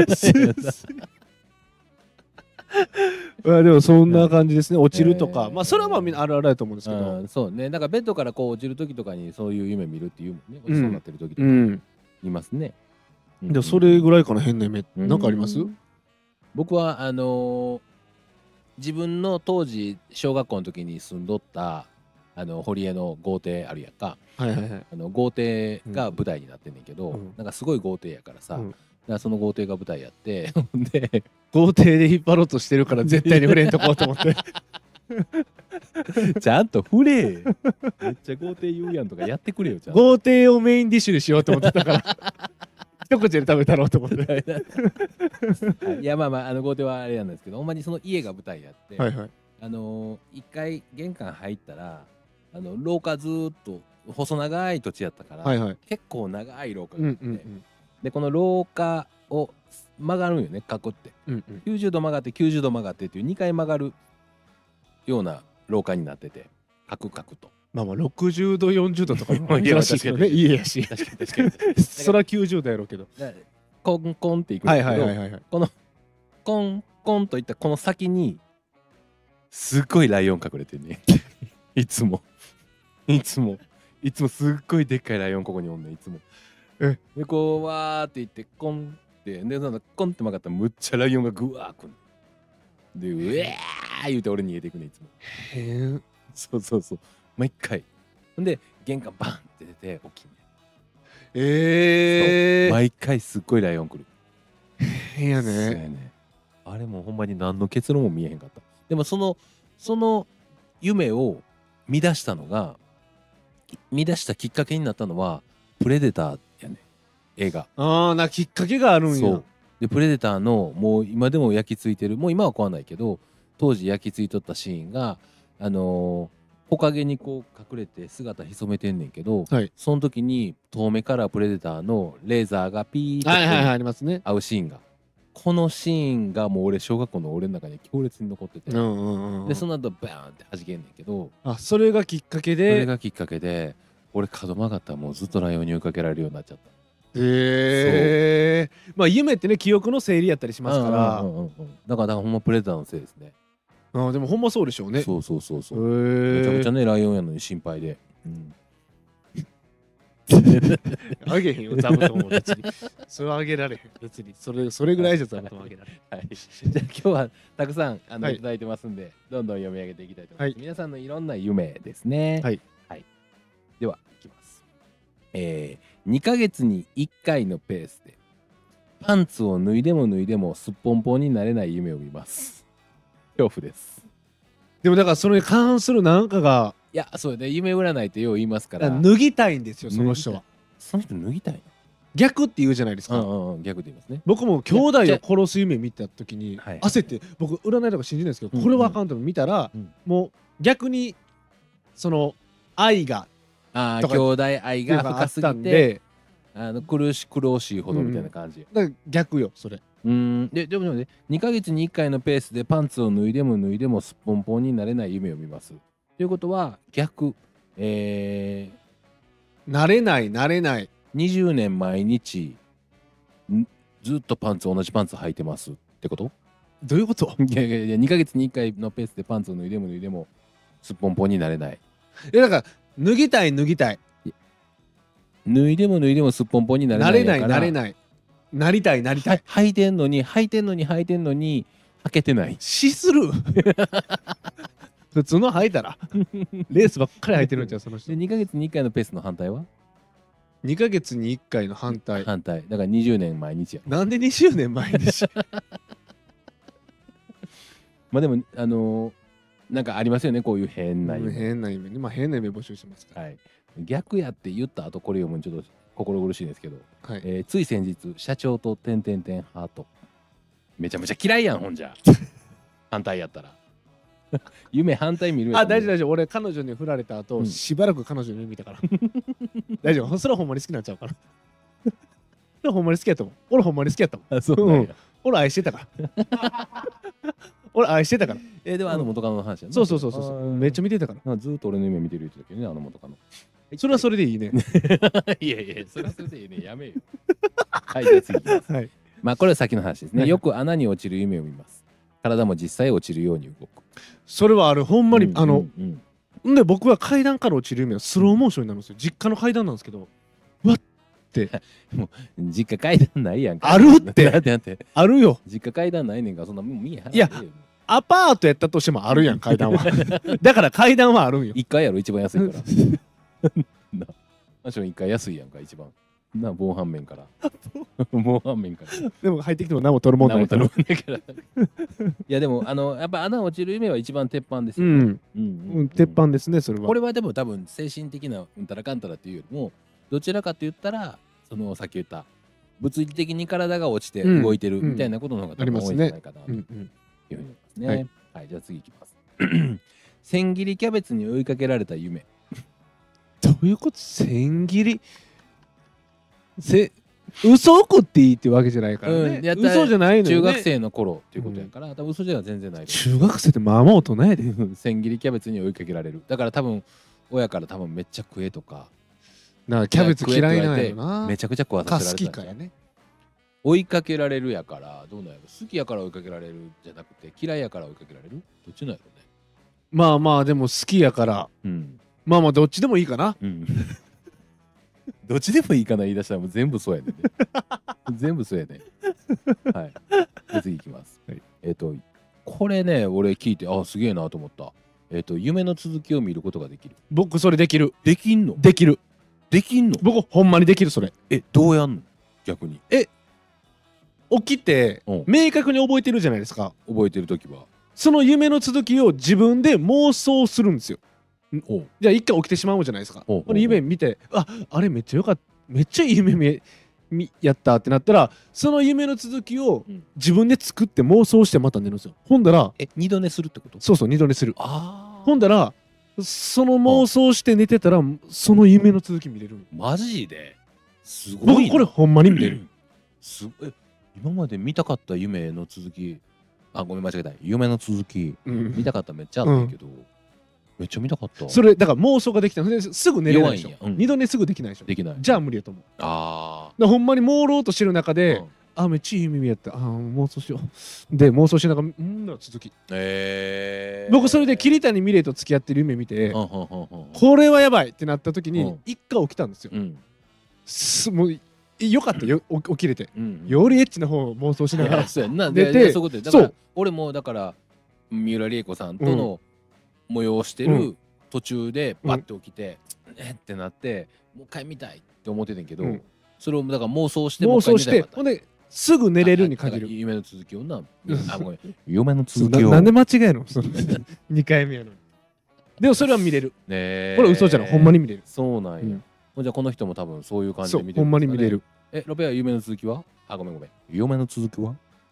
まあでもそんな感じですね。落ちるとか、まあそれはまあみんなあるあるだと思うんですけど、 そうね。だからベッドからこう落ちる時とかにそういう夢見るっていうもんね。落ちそうになってる時とかいますね。 でもそれぐらいかな、変な夢なんかあります？ 僕はあの自分の当時小学校の時に住んどったあの堀江の豪邸あるやんか。あの豪邸が舞台になってんねんけど、なんかすごい豪邸やからさ。その豪邸が舞台やってで豪邸で引っ張ろうとしてるから絶対に触れんとこうと思ってちゃんと触れめっちゃ豪邸言うやんとかやってくれよ。ちゃんと豪邸をメインディッシュにしようと思ってたから一口で食べたろうと思っていやまあまああの豪邸はあれなんですけど、ほんまにその家が舞台やって、はいはい、あの一回玄関入ったらあの廊下ずーっと細長い土地やったから、はいはい、結構長い廊下があって、うんうんうん、でこの廊下を曲がるんよね、囲って、うんうん、きゅうじゅうど曲がってきゅうじゅうど曲がってっていうにかい曲がるような廊下になってて、カクカクとまあまあろくじゅうどよんじゅうどとかも珍しいけどね、家やし確かに確かにそらきゅうじゅうどやろうけどコンコンっていくんだけど、このコンコンといったこの先にすっごいライオン隠れてんねいつもいつもいつもすっごいでっかいライオンここにおんねんいつも。えでこうわーっていってコンってでなんかコンって曲がったらむっちゃライオンがグワーくんでうえー言うて俺に逃げていくねいつも。へえそうそうそう毎回ほんで玄関バンって出て起きんねん。えー毎回すっごいライオン来る。 へえやね。 ねあれもほんまに何の結論も見えへんかった。でもそのその夢を見出したのが見出したきっかけになったのはプレデターやね映画。 ああなきっかけがあるんや。そうでプレデターのもう今でも焼き付いてる、もう今は壊ないけど当時焼き付いとったシーンがあのー、木陰にこう隠れて姿潜めてんねんけど、はい、その時に遠目からプレデターのレーザーがピーッと合うシーンが、このシーンがもう俺小学校の俺の中に強烈に残ってて、でその後バーンって弾けんねんけど、 あそれがきっかけでそれがきっかけで俺角曲がったらもうずっとライオンに追いかけられるようになっちゃった。 へえまあ夢ってね記憶の整理やったりしますから、 だからほんまプレデターのせいですね。 あでもほんまそうでしょうね。 そうそうそうそう、めちゃくちゃねライオンやのに心配で、うん、 あげへんよ座布団も別にそれはあげられへん別にそれそれぐらいじゃ座布団あげられへん、 はい、じゃあ今日はたくさんあの、はい、いただいてますんでどんどん読み上げていきたいと思います、はい、皆さんのいろんな夢ですね。はい、はい、ではいきます。えー、にかげつにいっかいのペースでパンツを脱いでも脱いでもすっぽんぽんになれない夢を見ます。恐怖です。 でもだからそれに関するなんかが、 いやそうね、夢占いってよう言いますから。 脱ぎたいんですよその人は。 その人脱ぎたいの？ 逆って言うじゃないですか。 うんうんうん、逆って言いますね。 僕も兄弟を殺す夢見た時に焦って、僕占いとか信じないですけど、これはあかんと見たら、もう逆にその愛がああ兄弟愛が深すぎてあの苦し苦しいほどみたいな感じ。 だから逆よそれ。 うんででもね、にかげつにいっかいのペースでパンツを脱いでも脱いでもすっぽんぽんになれない夢を見ます。ということは逆、えー、なれないなれないにじゅうねん毎日ずっとパンツ同じパンツ履いてますってこと？ どういうこと？ いやいやいや、にかげつにいっかいのペースでパンツを脱いでも脱いでもすっぽんぽんになれない。 いやだから脱ぎたい脱ぎたい脱いでも脱いでもすっぽんぽんになれない。 なれないなれないなりたいなりたい。 履いてんのに履いてんのに履いてんのに履けてない。 しする普通の履いたらレースばっかり履いてるんちゃうその人。 でにかげつにいっかいのペースの反対はにかげつにいっかいの反対。 反対だからにじゅうねん毎日や。 なんでにじゅうねん毎日まあでもあのー、なんかありますよねこういう変な夢。 変な夢、まあ、変な夢募集してますから、 はい、逆やって言った後これ読むのちょっと心苦しいんですけど、はい、えー、つい先日社長と点々点ハートめちゃめちゃ嫌いやんほんじゃ反対やったら夢反対見るやあ大丈夫大丈夫。俺彼女に振られた後、うん、しばらく彼女に見たから大丈夫。それはほんまに好きになっちゃうからそれはほんまに好きやったもん。俺ほんまに好きやったもん。 あそうなんや、うん、 俺愛してたから俺愛してたから。 えー、でもあの元カノの話やな、うん、そうそうそうそうめっちゃ見てたから。 ずっと俺の夢見てる言ってたけどねあの元カノ。 それはそれでいいねいやいやそれはそれでいいねやめよはいじゃあ次いきます、はい、まあこれは先の話ですね、はい、よく穴に落ちる夢を見ます。体も実際落ちるように動く。 それはあるほんまに、うんうんうん、あのんで僕は階段から落ちる夢はスローモーションになるんですよ。実家の階段なんですけどわってもう実家階段ないやんか。 あるってだってだってあるよ。 実家階段ないねんからそんなもん見えへん。 いやアパートやったとしてもあるやん階段はだから階段はあるんよ。 いっかいやろ一番安いからなマンションいっかい安いやんか一番な防犯面から防犯面からでも入ってきても何も取るもんないからいやでもあのやっぱ穴落ちる夢は一番鉄板ですよね。うんうんうん、鉄板ですねそれは。 これはでも多分精神的なうんたらかんたらっていうよりもどちらかと言ったらそのさっき言った物理的に体が落ちて動いてるみたいなことの方が多分多いんじゃないかなというふうに思いますね。はい、はい、じゃあ次いきます千切りキャベツに追いかけられた夢。 どういうこと？千切りせ嘘を食っていいってわけじゃないからね、うん、やった嘘じゃないのよね。 中学生の頃っていうことやから、うん、多分嘘じゃ全然ない。 中学生ってまあまあ大人やで千切りキャベツに追いかけられる。だから多分親から多分めっちゃ食えとかなんかキャベツ嫌いなんやろな。 めちゃくちゃ食わさせられた。 好きかやね。 追いかけられるやからどうなんやろ。好きやから追いかけられるじゃなくて嫌いやから追いかけられるどっちなんやろね。 まあまあでも好きやから、うん、まあまあどっちでもいいかな、うん、 どっちでもいいかな言い出したらもう全部そうやねん、ね、全部そうやねん。はいで次いきます、はい、えっ、ー、とこれね俺聞いてあすげえなと思った。えっ、ー、と夢の続きを見ることができる。 僕それできる。 できんの？ できるできんの？ 僕ほんまにできるそれ。 えどうやんの逆に。 え起きて明確に覚えてるじゃないですか。 覚えてるときはその夢の続きを自分で妄想するんですよ。じゃあ一回起きてしまうじゃないですか。これ夢見てああれめっちゃよかっためっちゃいい夢みやったってなったらその夢の続きを自分で作って妄想してまた寝るんですよ。ほんだらえ二度寝するってこと？ そうそう二度寝する。あほんだらその妄想して寝てたらその夢の続き見れる。 マジですごいな。 僕これほんまに見れるすごい。今まで見たかった夢の続きあごめん間違えた夢の続き、うん、見たかっためっちゃあったけど、うん、めっちゃ見たかった。 それだから妄想ができたのすぐ寝れないでしょ、うん、二度寝すぐできないでしょ。 できない。 じゃあ無理やと思う。ああほんまに朦朧としてる中で、うん、あめっちゃいい耳やったあ妄想しようで妄想しながらうんだ続きえー、僕それで桐谷美玲と付き合ってる夢見て、うん、これはやばいってなった時に一回起きたんですよ、うん、すもうよかったよ起きれて、うん、よりエッチな方を妄想しながらそうやんな寝てそういうことでだから俺もだから三浦理恵子さんとの催してる途中でバッて起きて、うん、えってなってもう一回見たいって思ってたんけど、うん、それをだから妄想して妄想してほんですぐ寝れるに限る。 夢の続きをな、あ、ごめん、夢の続きを。 なんで間違えるのにかいめやのに。でもそれは見れる。ね、これ嘘じゃない、ほんまに見れる。 そうなんや。うん、じゃあこの人も多分そういう感じで見てる、 ね、ほんまに見れる。 え、ロペは夢の続きは？あ、ごめんごめん。夢の続きは？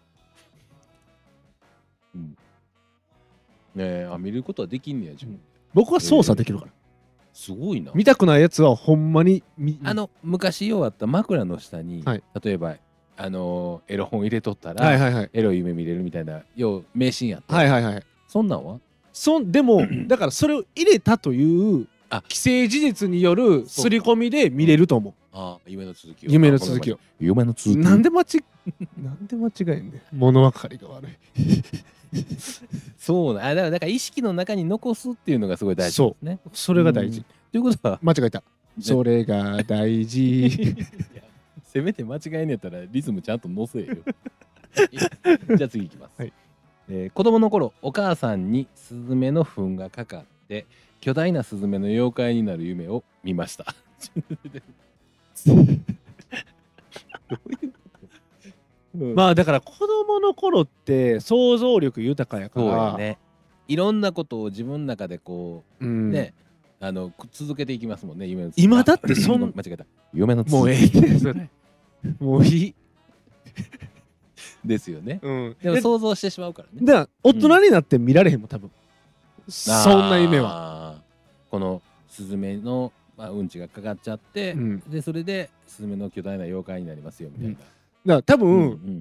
うん。ねえ、あ、見ることはできんねや、自分、うん、 僕は操作できるから。 すごいな。 見たくないやつはほんまにあの昔ようあった枕の下に、はい、例えばあのー、エロ本入れとったら、 はいはいはい、 エロい夢見れるみたいなよう迷信やった。 はいはいはい。 そんなんは？ そんでもだからそれを入れたという既成事実による刷り込みで見れると思う。 ああ、夢の続きを。 夢の続きを。 夢の続き。 なんで間違なんで間違えんねん。物分かりが悪い。 そうな、あ、だからだから意識の中に残すっていうのがすごい大事ですね。 そう、それが大事。 ということは間違えた。それが大事。 せめて間違えんやったらリズムちゃんと乗せよ。じゃあ次いきます。はい、えー、子供の頃お母さんにスズメの糞がかかって巨大なスズメの妖怪になる夢を見ました。どういううん、まあだから子供の頃って想像力豊かやから、そうやね、いろんなことを自分の中でこう、うん、ね、あの続けていきますもんね。夢の今だってそん間違えた。夢のもうええそれもういいですよね、 うん、 でも想像してしまうからね。 だから大人になって見られへんもん多分、うん、そんな夢は。 このスズメの、まあ、うんちがかかっちゃって、うん、でそれでスズメの巨大な妖怪になりますよみたいな、うん、だから多分、うんうん、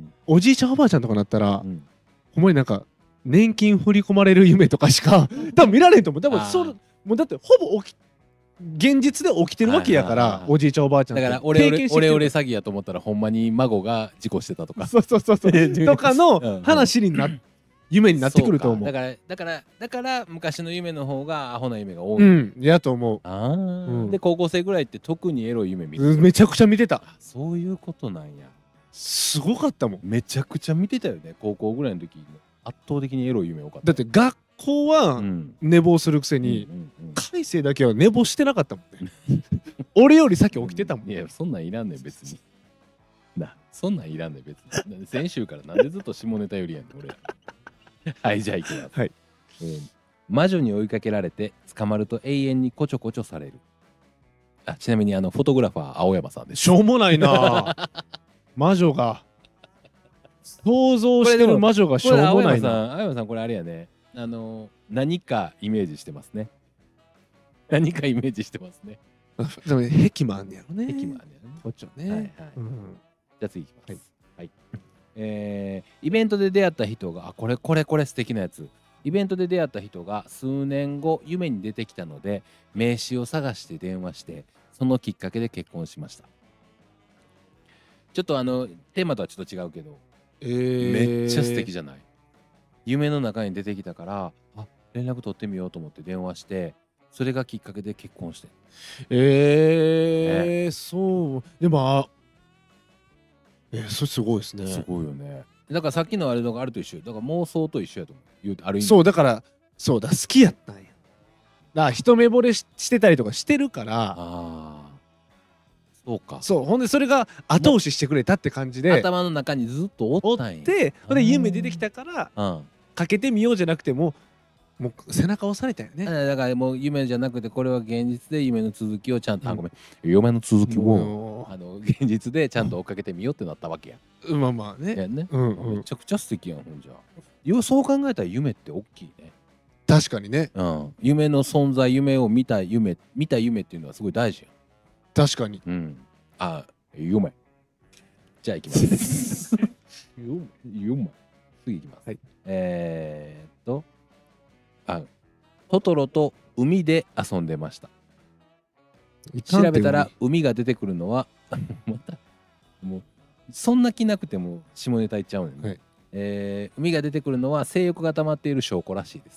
おじいちゃんおばあちゃんとかなったら、うん、ほんまになんか年金振り込まれる夢とかしか多分見られへんと思う。多分それもうだってほぼ起き現実で起きてるわけやから、おじいちゃんおばあちゃんだから俺俺俺俺詐欺やと思ったらほんまに孫が事故してたとかそうそうそうそうとかの話にな夢になってくると思う。 だからだからだから昔の夢の方がアホな夢が多い。 うん、やと思う。 ああ、うん、で高校生ぐらいって特にエロい夢見てる。 めちゃくちゃ見てた。 そういうことなんや。 すごかったもん。 めちゃくちゃ見てたよね。高校ぐらいの時圧倒的にエロい夢多かった。 だって学校は寝坊するくせに海星だけは寝坊してなかったもんね。俺より先起きてたもん。 いやそんなんいらんねん別に。なそんなんいらんねん別に。先週からなんでずっと下ネタよりやんねん俺。はいじゃあいきます。はい、えー、魔女に追いかけられて捕まると永遠にこちょこちょされる。あ、ちなみにあのフォトグラファー青山さんです。 しょうもないな。魔女が想像してる魔女がしょうもないな。 青山さんこれあれやね、あの何かイメージしてますね。何かイメージしてますね。 でも壁もあんねやろね。 壁もあんねやろね。 こっちはね。はいはい、 うん、じゃあ次いきます。はいはい、えー、イベントで出会った人が、あ、これこれこれ素敵なやつ。イベントで出会った人が数年後夢に出てきたので名刺を探して電話してそのきっかけで結婚しました。ちょっとあのテーマとはちょっと違うけど、えー、めっちゃ素敵じゃない？夢の中に出てきたからあ連絡取ってみようと思って電話してそれがきっかけで結婚して。 えー、ね、そうでもあえー、それすごいですね。 すごいよね。だからさっきのあれとかあると一緒。だから妄想と一緒やと思う。言うてある意味。 そうだからそうだ好きやったんや。だから一目惚れ し, してたりとかしてるから。ああ。 そうか。 そうほんでそれが後押ししてくれたって感じで頭の中にずっとおったんや。 おってほんで夢出てきたから、うん、かけてみようじゃなくてももう背中押されたよね。 だからもう夢じゃなくてこれは現実で夢の続きをちゃんと、うん、あごめん夢の続きをあの現実でちゃんと追っかけてみようってなったわけや。 うん、まあまあね。 やね、うんうん、めちゃくちゃ素敵やん。ほんじゃよそう考えたら夢って大きいね。 確かにね、 うん、夢の存在夢を見た夢見た夢っていうのはすごい大事やん。確かに、 うん、あ夢じゃあいきます夢夢次いきます、はい、えー、っとあトトロと海で遊んでました。調べたら海が出てくるのはまたもうそんな気なくても下ネタ言っちゃうねんね、はい、えー、海が出てくるのは性欲が溜まっている証拠らしいです。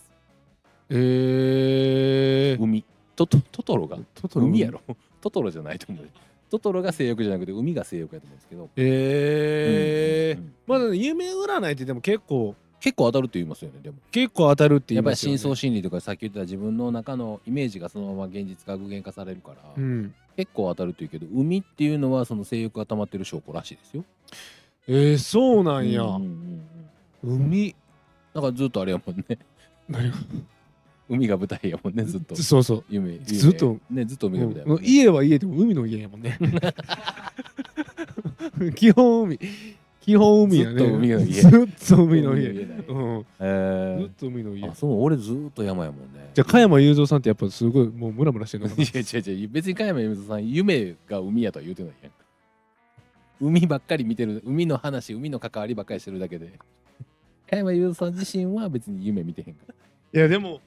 えー、 海トトトトロがトトロ海やろトトロじゃないと思う。トトロが性欲じゃなくて海が性欲やと思うんですけど。 えー、うんうんうん、まあ、ね、夢占いってでも結構結構当たるって言いますよね。でも結構当たるって言いますよね。 やっぱり深層心理とかさっき言った自分の中のイメージがそのまま現実が具現化されるから、うん、結構当たるって言うけど海っていうのはその性欲が溜まってる証拠らしいですよ。 えー、そうなんや、うんうんうん、海だからずっとあれやもんね何が海が舞台やもんね、ずっと。 そうそう。 夢、夢ずっと。 ね、ずっと海が舞台、 ねうん。家は家でも海の家やもんね。基本海。基本海やね。ずっと海の家。ずっと海の家。うん。えー、ずっと海の家。 あ、そう、俺ずっと山やもんね。 じゃあ、加山雄三さんってやっぱすごい、もうムラムラしてるのかな。いや、違う違う。別に加山雄三さん、夢が海やとは言うてないやん。海ばっかり見てる、海の話、海の関わりばっかりしてるだけで。加山雄三さん自身は別に夢見てへんから。 いや、でも、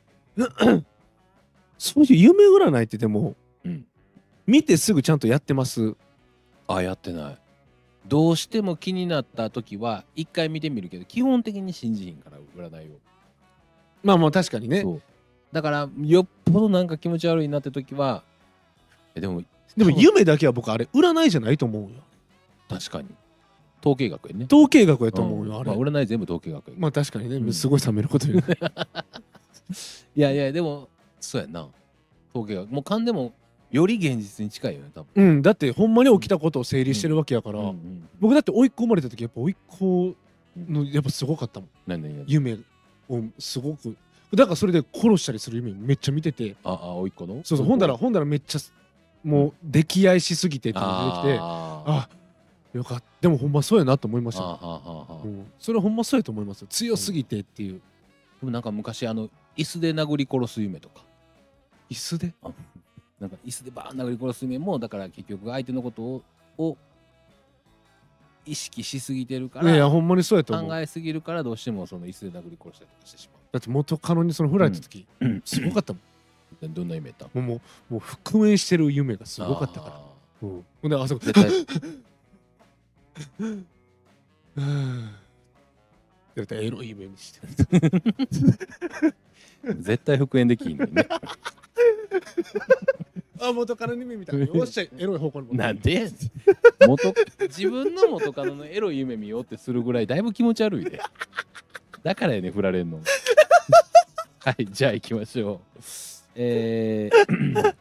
そういう夢占いってでも、うん、見てすぐちゃんとやってます？ あ、やってない。どうしても気になった時は一回見てみるけど、基本的に信じひんから占いを。 まあまあ確かにね。 そうだからよっぽどなんか気持ち悪いなって時は、えでもでも夢だけは僕あれ占いじゃないと思うよ。 確かに。統計学やね。 統計学やと思うよ、うん、あれ。 まあ、占い全部統計学や。 まあ確かにね、うん、すごい冷めること言う。 いやいやでもそうやな。統計学もう勘でもより現実に近いよね多分。 うん、だってほんまに起きたことを整理してるわけやから、うんうんうん、僕だって甥っ子生まれた時やっぱ甥っ子のやっぱすごかったもん。 何何何夢をすごく。だからそれで殺したりする夢めっちゃ見てて。 ああ甥っ子の。 そうそう、ほんだらほんだらめっちゃもう溺愛しすぎてっていうのが出てきて、ああよかった。でもほんまそうやなと思いました、ね。ああああああ、うん、それはほんまそうやと思いますよ。強すぎてっていう。うん、でもなんか昔あの椅子で殴り殺す夢とか。 椅子で？ なんか椅子でバーン殴り殺す夢もだから結局相手のことをを意識しすぎてるから、 いやほんまにそうやと思う。 考えすぎるからどうしてもその椅子で殴り殺したりとかしてしまう。 だって元カノにその振られた時、うん、すごかったもん。どんな夢だった？ もうもうもう復縁してる夢がすごかったから。うん。ほんであそこ絶対絶対エロい夢にしてる。絶対復縁できんのね。 あ、元カノの夢みたいな。よっしゃ、エロい方向に。 なんで元自分の元カノのエロい夢見ようってするぐらいだいぶ気持ち悪いで。だからやね、振られんの。はい、じゃあ行きましょう。えー、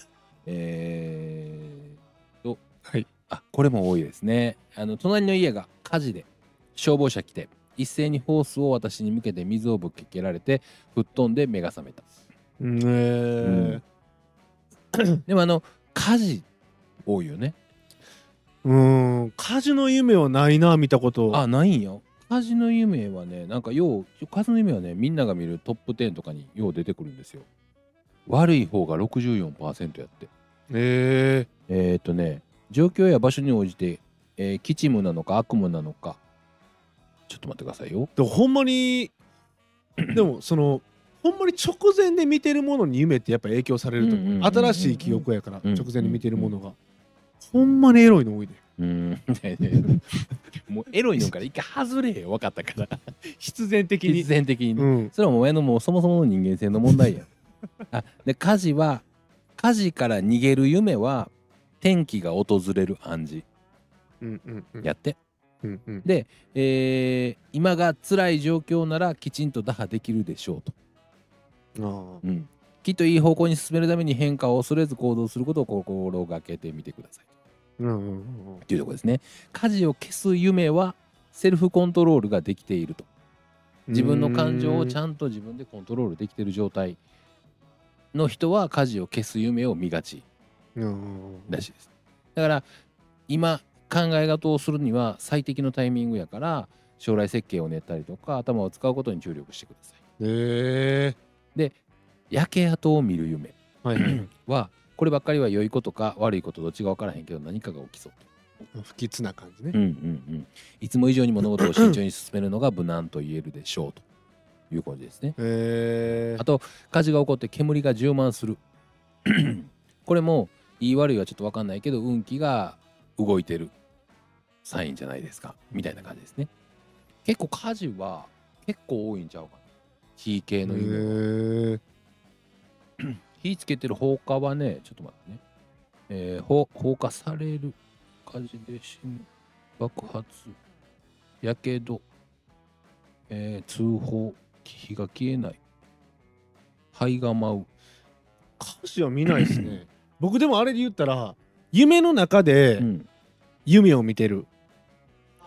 えーと、はい。あ、これも多いですね。あの隣の家が火事で消防車来て一斉にホースを私に向けて水をぶっかけられて吹っ飛んで目が覚めた。 へえ。 でもあの火事多いよね。 うーん、火事の夢はないな、見たこと。 あ、ないんよ。火事の夢はね、なんかよう火事の夢はね、みんなが見るトップじゅうとかによう出てくるんですよ。悪い方が ろくじゅうよんパーセント やって。 へえー、っとね、状況や場所に応じて、えー、吉夢なのか悪夢なのか、ちょっと待ってくださいよ。 でもほんまにでもそのほんまに直前で見てるものに夢ってやっぱ影響されると思う。新しい記憶やから直前に見てるものがほんまにエロいの多いで。 うんもうエロいのから一回外れよ。分かったから必然的に必然的に、ね、うん、それはもう親のもうそもそもの人間性の問題やあで火事は火事から逃げる夢は天気が訪れる暗示、うんうんうん、やって、うんうん、で、えー、今が辛い状況ならきちんと打破できるでしょうと。あ、うん、きっといい方向に進めるために変化を恐れず行動することを心がけてみてくださいと、うんうんうん、っていうところですね。火事を消す夢はセルフコントロールができていると。自分の感情をちゃんと自分でコントロールできている状態の人は火事を消す夢を見がちらしいです。だから今考え事をするには最適のタイミングやから将来設計を練ったりとか頭を使うことに注力してください。 へー。 で焼け跡を見る夢は、はいはい、こればっかりは良いことか悪いことどっちが分からへんけど何かが起きそうと。 不吉な感じね、 うんうんうん、いつも以上に物事を慎重に進めるのが無難と言えるでしょうという感じですね。 へー。 あと火事が起こって煙が充満するこれもいい悪いはちょっと分かんないけど運気が動いてるサインじゃないですかみたいな感じですね。結構火事は結構多いんちゃうかな、火系の夢は。火つけてる放火はね、ちょっと待ってね、えー、放, 放火される、火事で死ぬ、爆発、やけど、えー、通報、火が消えない、灰が舞う。 火事は見ないですね。僕でもあれで言ったら夢の中で夢を見てる、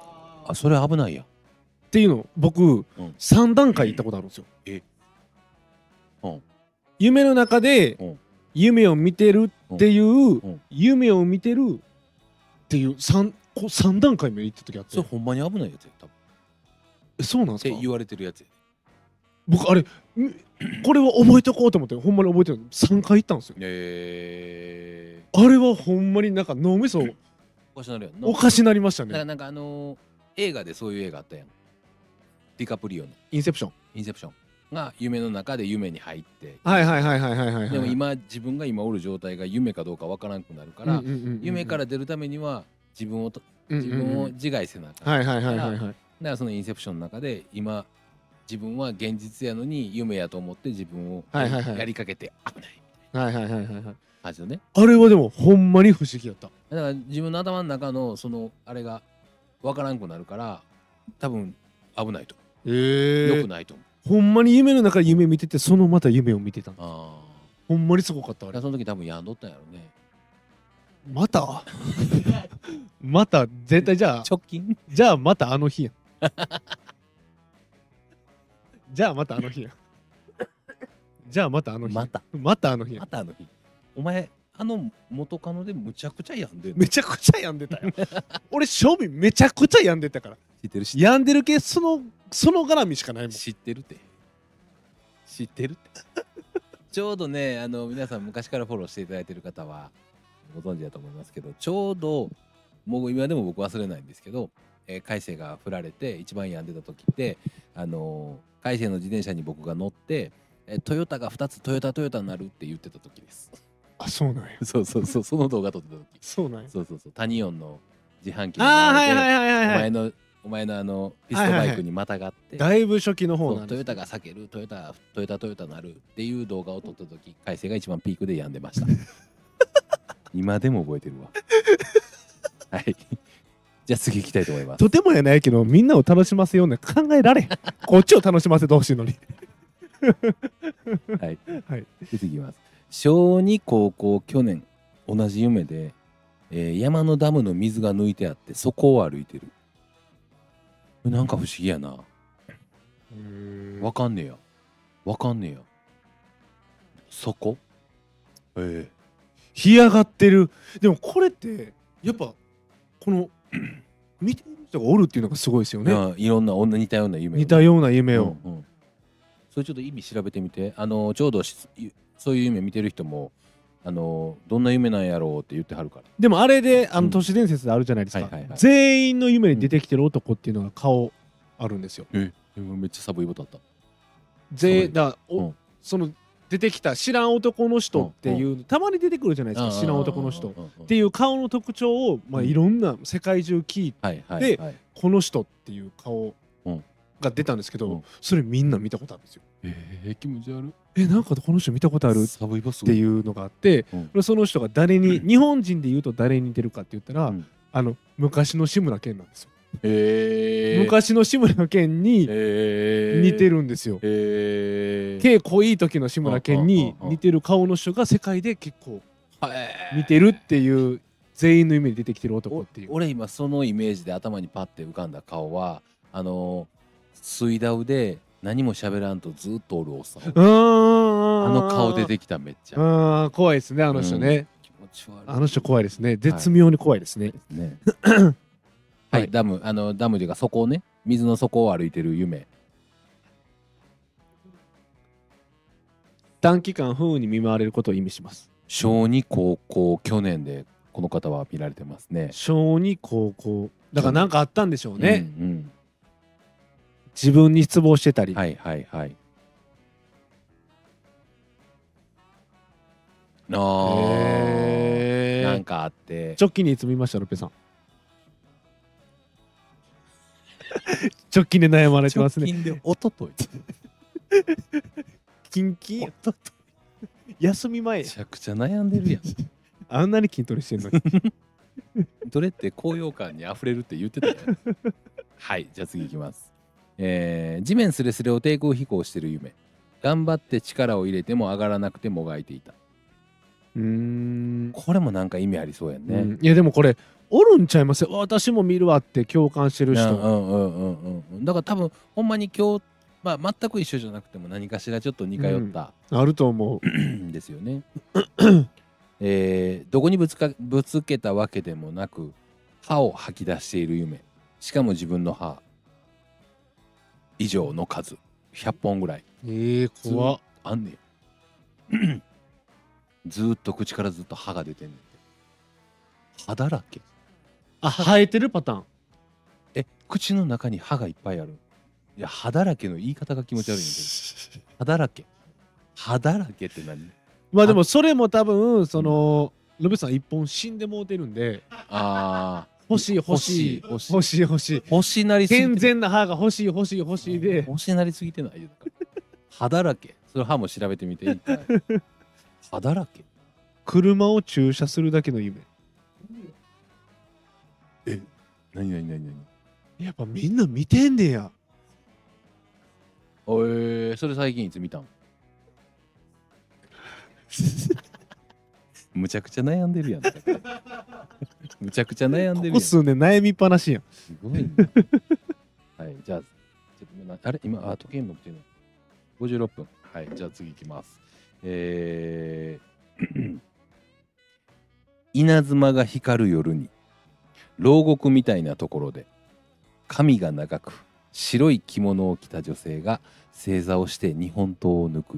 あ、それ危ないやっていうの僕、うん、さんだんかい行ったことあるんですよ。え、うん、夢の中で夢を見てるっていう、うんうん、夢を見てるっていう 3, 3段階目行った時あって。 それほんまに危ないやつや多分。 え、そうなんですかって言われてるやつや。 僕あれこれは覚えとこうと思ってほんまに覚えてるのさんかい行ったんですよ。えー、あれはほんまになんか脳みそおかしなるやんな。おかしなりましたね。 だからなんかあのー、映画でそういう映画あったやん。ディカプリオのインセプションインセプションが夢の中で夢に入って、 はいはいはいはいはいはい、はい、 でも今自分が今おる状態が夢かどうかわからなくなるから、夢から出るためには自分をと自分を自害せなあかん。はいはいはいはいはい。だからそのインセプションの中で今自分は現実やのに夢やと思って自分をやりかけて危ないはいはいはいはいはい感じのね。 あれはでもほんまに不思議やった。 だから自分の頭の中のそのあれがわからんくなるから多分危ないと。えー、よくないと思う。 ほんまに夢の中で夢見ててそのまた夢を見てたんです。あほんまにすごかったあれ。 その時多分病んどったんやろね。 またまた絶対じゃあ直近じゃあまたあの日やじゃあまたあの日やじゃあまたあの日またまたあの日やまたあの日。お前あの元カノでむちゃくちゃ病んでる。 めちゃくちゃ病んでたよ俺正味めちゃくちゃ病んでたから。 知ってるし病んでる系そのその絡みしかないもん。 知ってるって知ってるってちょうどねあの皆さん昔からフォローしていただいてる方はご存知だと思いますけど、ちょうどもう今でも僕忘れないんですけど、えー、海星が振られて一番病んでた時ってあのー、海星の自転車に僕が乗って、えー、トヨタがふたつトヨタトヨタになるって言ってた時です。 あ、そうなんや。 そうそうそう、その動画撮ってた時。 そうなんや。 そうそうそう、タニオンの自販機の前でお前のお前のあのピストバイクにまたがって、 だいぶ初期の方なんです。 トヨタが避けるトヨタトヨタトヨタなるっていう動画を撮った時、海星が一番ピークで病んでました今でも覚えてるわはいじゃあ次行きたいと思います。 とてもやないけどみんなを楽しませようね考えられんこっちを楽しませてほしいのにはい、はい、次いきます。小に高校去年同じ夢で、えー、山のダムの水が抜いてあってそこを歩いてる。なんか不思議やな。わかんねえやわかんねえやそこええー、 干上がってる。でもこれってやっぱこの見てる人がおるっていうのがすごいですよね。 い, いろんな似たような夢を、 似たような夢を、うんうん、 それちょっと意味調べてみて。あのちょうどそういう夢見てる人もあのどんな夢なんやろうって言ってはるから。 でもあれであの都市伝説であるじゃないですか、全員の夢に出てきてる男っていうのが顔あるんですよ。 えめっちゃ寒いことあった。 ぜだお、うん、その出てきた知らん男の人っていう、うん、たまに出てくるじゃないですか、知らん男の人っていう顔の特徴を、まあ、いろんな世界中聞いて、この人っていう顔が出たんですけど、うん、それみんな見たことあるんですよ。 えー、気持ち悪い。 えなんかこの人見たことあるっていうのがあって、うん、その人が誰に、うん、日本人で言うと誰に似てるかって言ったら、うん、あの昔の志村けんなんですよ。えー、昔の志村けんに似てるんですよ。えー、毛濃い時の志村けんに似てる顔の人が世界で結構似てるっていう、全員の夢に出てきてる男っていう。 俺今そのイメージで頭にパッて浮かんだ顔はあの水ダウで何も喋らんとずっとおるおっさん。あの顔出てきた。めっちゃあ怖いですねあの人ね、うん、気持ち悪い。あの人怖いですね。絶妙に怖いですね。はいねはい、ダム、あのダムというか底をね、水の底を歩いてる夢。 短期間不運に見舞われることを意味します。 小に高校去年でこの方は見られてますね。 小に高校だから何かあったんでしょうね、うんうん、自分に失望してたり。 はいはいはい。あー、なんかあって。 直近にいつ見ましたロペさん直近で悩まれてますね。 直近でおとといキンキンおととい休み前。 めちゃくちゃ悩んでるやんあんなに筋トレしてんのにどれって高揚感にあふれるって言ってたよはいじゃあ次いきます。えー、地面すれすれを低空飛行してる夢。頑張って力を入れても上がらなくてもがいていた。うーんこれもなんか意味ありそうやんね。 うん、いやでもこれおるんちゃいますよ。私も見るわって共感してる人。 うんうんうんうんうん。だから多分ほんまに今日、まあ、全く一緒じゃなくても何かしらちょっと似通った、 うん、あると思うですよね。えー、どこにぶつかぶつけたわけでもなく歯を吐き出している夢、しかも自分の歯以上の数ひゃっぽんぐらい。 えー、怖っ。 あんねんずーっと口からずっと歯が出てんねん。歯だらけ。 あ、生えてるパターン。 え、口の中に歯がいっぱいある。いや、歯だらけの言い方が気持ち悪いんだけど。歯だらけ。歯だらけって何？ まあでもそれも多分そのロベさん一本死んでもうてるんで、 ああ、 欲しい欲しい欲しい欲しい欲しい欲しなりすぎて、 健全な歯が欲しい欲しい欲しいで、 欲しなりすぎてないよ。歯だらけ。それ歯も調べてみていいかい。歯だらけ。 車を駐車するだけの夢。 え、なになになになに。 やっぱみんな見てんねや。 えー、それ最近いつ見たん？むちゃくちゃ悩んでるやん。むちゃくちゃ悩んでるやん。 ここ数年悩みっぱなしやん。 すごいね。はい、じゃあ、ちょっとあれ今、あ、時計のごじゅうろっぷん。はい、じゃあ次いきます。えー、稲妻が光る夜に、牢獄みたいなところで、髪が長く、白い着物を着た女性が正座をして日本刀を抜く。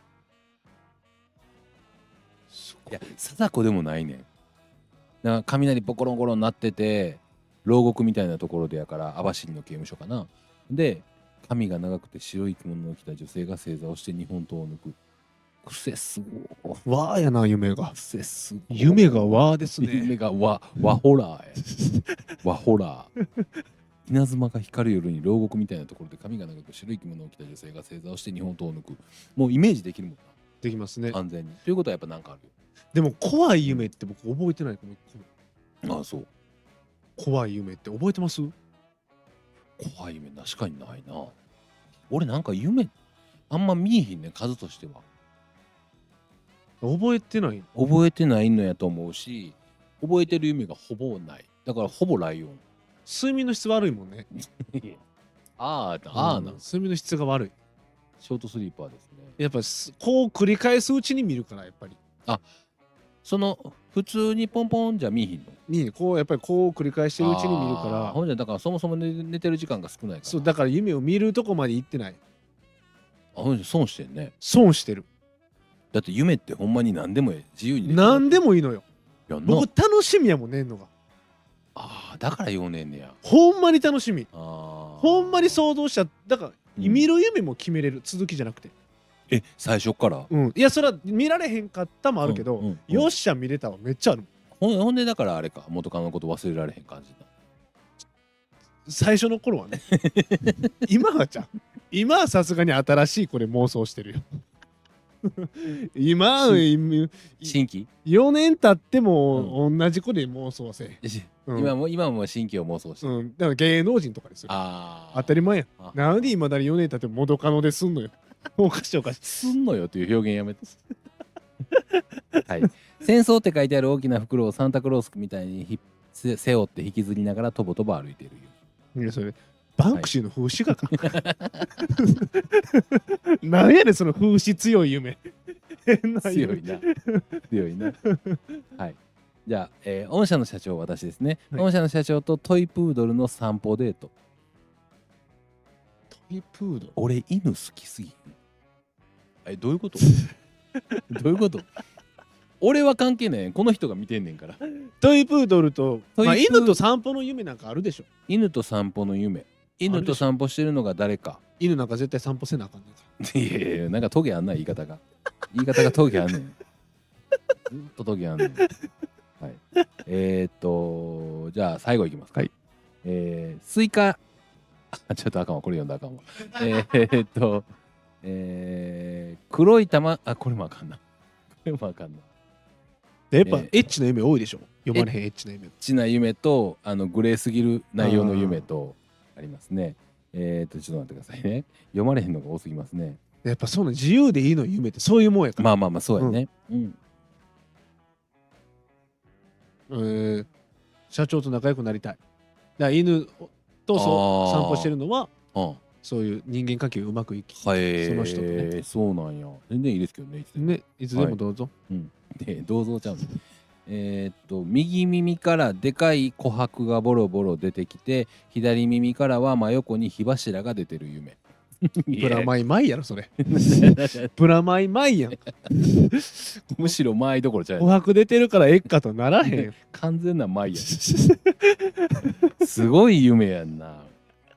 いや、貞子でもないねん。だから雷ポコロンコロンなってて、牢獄みたいなところでやから網走の刑務所かな。で、髪が長くて白い着物を着た女性が正座をして日本刀を抜く。癖すごい。 わーやな、夢が。 癖すごい。 夢がわーですね。 夢がわ、わホラーや。わホラー。稲妻が光る夜に牢獄みたいなところで髪が長く白い着物を着た女性が正座をして日本刀を抜く。もうイメージできるもんな。 できますね。 安全に。ということはやっぱなんかあるよ。 でも怖い夢って僕覚えてないかも。 ああ、そう。 怖い夢って覚えてます？ 怖い夢確かにないな。俺なんか夢あんま見えひんね、数としては。 覚えてない？ 覚えてないのやと思うし、覚えてる夢がほぼない。だからほぼライオン。 睡眠の質悪いもんね。 ああ、ああな、うん。 睡眠の質が悪い。 ショートスリーパーですね。 やっぱこう繰り返すうちに見るから、やっぱり。 あ、その普通にポンポンじゃ見えひんのに、こうやっぱりこう繰り返してるうちに見るから。 ほんじゃだからそもそも 寝, 寝てる時間が少ないから。 そう、だから夢を見るとこまで行ってない。 あ、ほんじゃ損してんね。 損してる。 だって夢ってほんまに何でも自由にできる。 何でもいいのよ。 やんな。 僕楽しみやもん、寝んのが。 ああ、だからようねんねや。 ほんまに楽しみ。 あ、 ほんまに想像した。だから、うん、見る夢も決めれる、続きじゃなくて。 え、最初から？ うん。いや、それは見られへんかったもあるけど、うんうんうん、よっしゃ見れたわ、めっちゃある。 ほんほんでだからあれか、元カノのこと忘れられへん感じだ。 最初の頃はね。今はじゃん。今はさすがに新しいこれ妄想してるよ。今新規よねん経っても、うん、同じ子で妄想せえ、 うん、今も今も新規を妄想してる、 うん、だから芸能人とかでする。あ当たり前や。なんで今だによねん経っても元カノですんのよ。おかしいおかしい。 すんのよっていう表現やめて。はい、戦争って書いてある大きな袋をサンタクロースみたいに背負って引きずりながらとぼとぼ歩いているよ。 いやそれバンクシーの風刺画か。なんやねんその風刺強い夢。 強いな。強いな。はい。じゃあ、えー、御社の社長私ですね。はい、御社の社長とトイプードルの散歩デート。 トイプードル？ 俺犬好きすぎん。え、どういうこと？どういうこと？俺は関係ない。この人が見てんねんから。 トイプードルと、まあ、犬と散歩の夢なんかあるでしょ。 犬と散歩の夢。犬と散歩してるのが誰か。 犬なんか絶対散歩せなあかんねんから。いやいや、なんかトゲあんな言い方が。言い方がトゲあんねん。ずっとトゲあんねん。はい。えー、っと、じゃあ最後いきますか。はい。えー、スイカ、あ、ちょっとあかんわ、これ読んだあかんわ。えー、っと、えー、黒い玉、あ、これもあかんな。これもあかんな。 やっぱ、えー、エッチな夢多いでしょ。読まれへんエッチな夢。エッチな夢と、あのグレーすぎる内容の夢とありますね。えっと、ちょっと待ってくださいね。読まれへんのが多すぎますね。 やっぱそうな自由でいいの夢ってそういうもんやから。 まあまあまあそうやね。うん。 うん、えー、 社長と仲良くなりたい。だから犬とそう散歩してるのはそういう人間関係うまくいき、 はい、その人とね。そうなんや。全然いいですけどね。いつでも、 ね、いつでもどうぞ。 はい、うん。で、どうぞちゃうね。えー、っと右耳からでかい琥珀がボロボロ出てきて、左耳からは真横に火柱が出てる夢。 プラマイマイやろそれ。プラマイマイやん。 むしろマイどころじゃない。 琥珀出てるからえっかとならへん。 完全なマイやん。すごい夢やんな。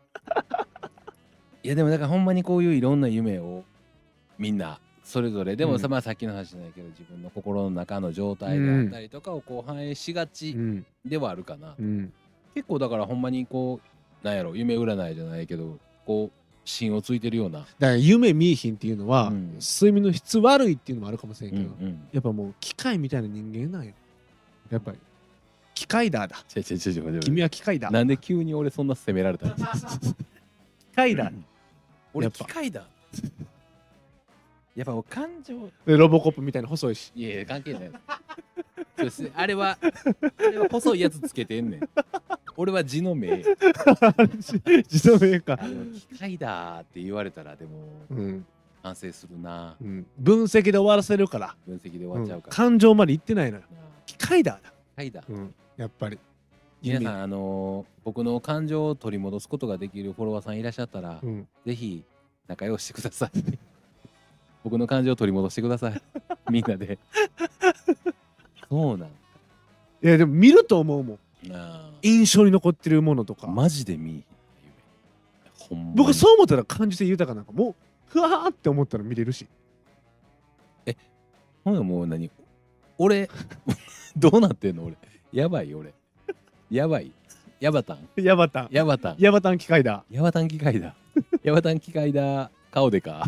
いやでもだからほんまにこういういろんな夢をみんなそれぞれでもさ、うん、まあさっきの話じゃないけど自分の心の中の状態であったりとかをこう反映しがちではあるかな、うん、結構だからほんまにこうなんやろ夢占いじゃないけどこう芯をついてるようなだから夢見えひんっていうのは、うん、睡眠の質悪いっていうのもあるかもしれんけど、うんうん、やっぱもう機械みたいな人間なんよやっぱり機械だだちょちょちょちょ君は機械だなんで急に俺そんな責められたの機械だ俺機械だやっぱ感情ロボコップみたいな細いしいやいや関係ないあれはあれは細いやつつけてんねん俺は字の目字の目か機械だって言われたらでも、うん、反省するな、 うん、分析で終わらせるから分析で終わっちゃうから、 うん、感情まで言ってないのよ機械だ機械だ、 うん、やっぱり皆さんあのー、僕の感情を取り戻すことができるフォロワーさんいらっしゃったら、うん、ぜひ仲良くしてください僕の感情を取り戻してくださいみんなでそうなんいやでも見ると思うもん印象に残ってるものとかマジで見ほんま僕そう思ったら感じて豊かなんかもうふわーって思ったら見れるしえほんなもう何俺どうなってんの俺やばい俺やばいヤバタンヤバタンヤバタンヤバタン機械だヤバタン機械だヤバタン機械だ顔でか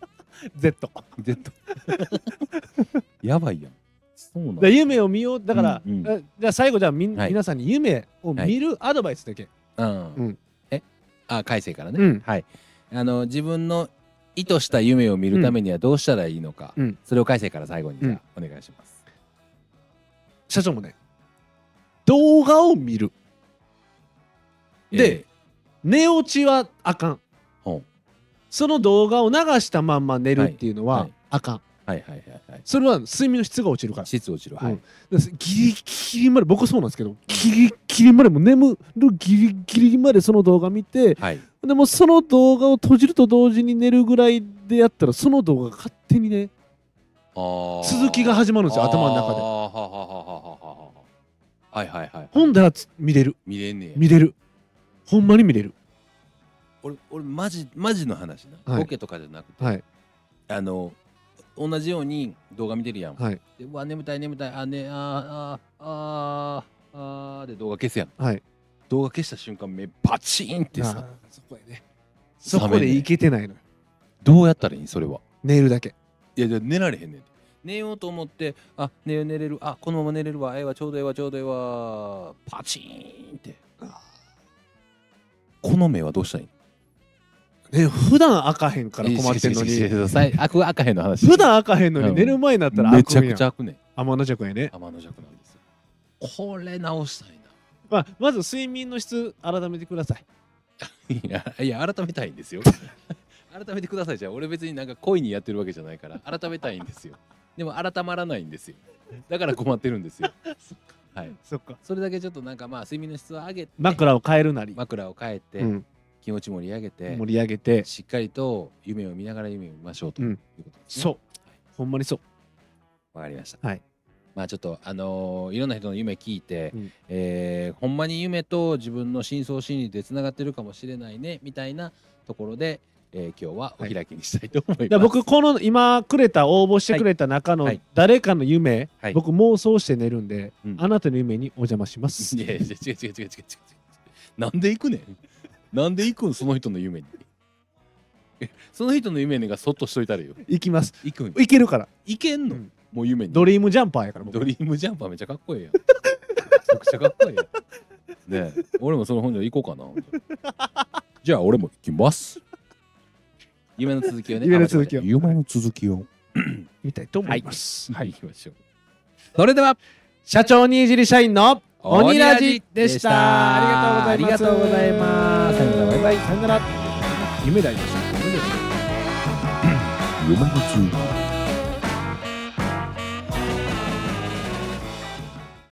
Z Z やばいやんそうなんだ夢を見ようだから、うんうん、じゃあ最後じゃあみ、はい、皆さんに夢を見るアドバイスだけ、 はい、うんうん、えあ海星からね、うん、はいあの自分の意図した夢を見るためにはどうしたらいいのか、うん、それを海星から最後にじゃあ、うん、お願いします。 社長もね動画を見るで、えー、寝落ちはあかんその動画を流したまんま寝るっていうのはあかんはいはいはいはいそれは睡眠の質が落ちるから質落ちるはい、うん、 ギリギリまで僕そうなんですけどギリギリまでも眠るギリギリまでその動画見て、はい、でもその動画を閉じると同時に寝るぐらいでやったらその動画が勝手にね続きが始まるんですよ頭の中ではいはいはいほんだら見れる見れんねや見れるほんまに見れる俺俺マジマジの話な、はい、ボケとかじゃなくて、はい、あの同じように動画見てるやん、はい、でうわ眠たい眠たいあねあああああで動画消すやん、はい、動画消した瞬間目パチンってさそこやねそこでいけてないのよどうやったらいいそれは寝るだけいや寝られへんねん寝ようと思ってあ寝寝れるあこのまま寝れるわええわちょうどええわちょうどええわパチンってこの目はどうしたらいいね、普段開かへんから困ってんのに開く開かへんの話普段開かへんのに寝る前になったら開くんやめちゃくちゃ開くね天の弱やね天の弱なんですよこれ直したいな、 まあ、まず睡眠の質改めてくださいいやいや改めたいんですよ改めてくださいじゃあ俺別になんか恋にやってるわけじゃないから改めたいんですよでも改まらないんですよだから困ってるんですよはい、そっかそれだけちょっとなんかまあ睡眠の質を上げて枕を変えるなり枕を変えて、うん気持ち盛り上げて盛り上げてしっかりと夢を見ながら夢を見ましょうということですね、 そう、はい、ほんまにそうわかりました、はい、まあちょっとあのー、いろんな人の夢聞いて、うんえー、ほんまに夢と自分の深層心理でつながってるかもしれないねみたいなところで、えー、今日はお開きにしたいと思います、はい、 僕この今くれた応募してくれた中の誰かの夢、はい、僕妄想して寝るんで、はい、あなたの夢にお邪魔します、 いやいや違う違う違う違う違うなんで行くねんなんで行くんその人の夢にその人の夢にがそっとしといたらよ行きます行くん行けるから行けんの、うん、もう夢にドリームジャンパーやからドリームジャンパーめっちゃかっこいいやんめちゃくちゃかっこいいやんねえ俺もその本で行こうかなじゃあ俺も行きます夢の続きをね夢の続きを夢の続きを見たいと思いますはい、はい、行きましょうそれでは社長にいじり社員の鬼ラジでした。ありがとうございます。 さよなら、バイバイ。 さよなら。夢大でした。夢です。 夢の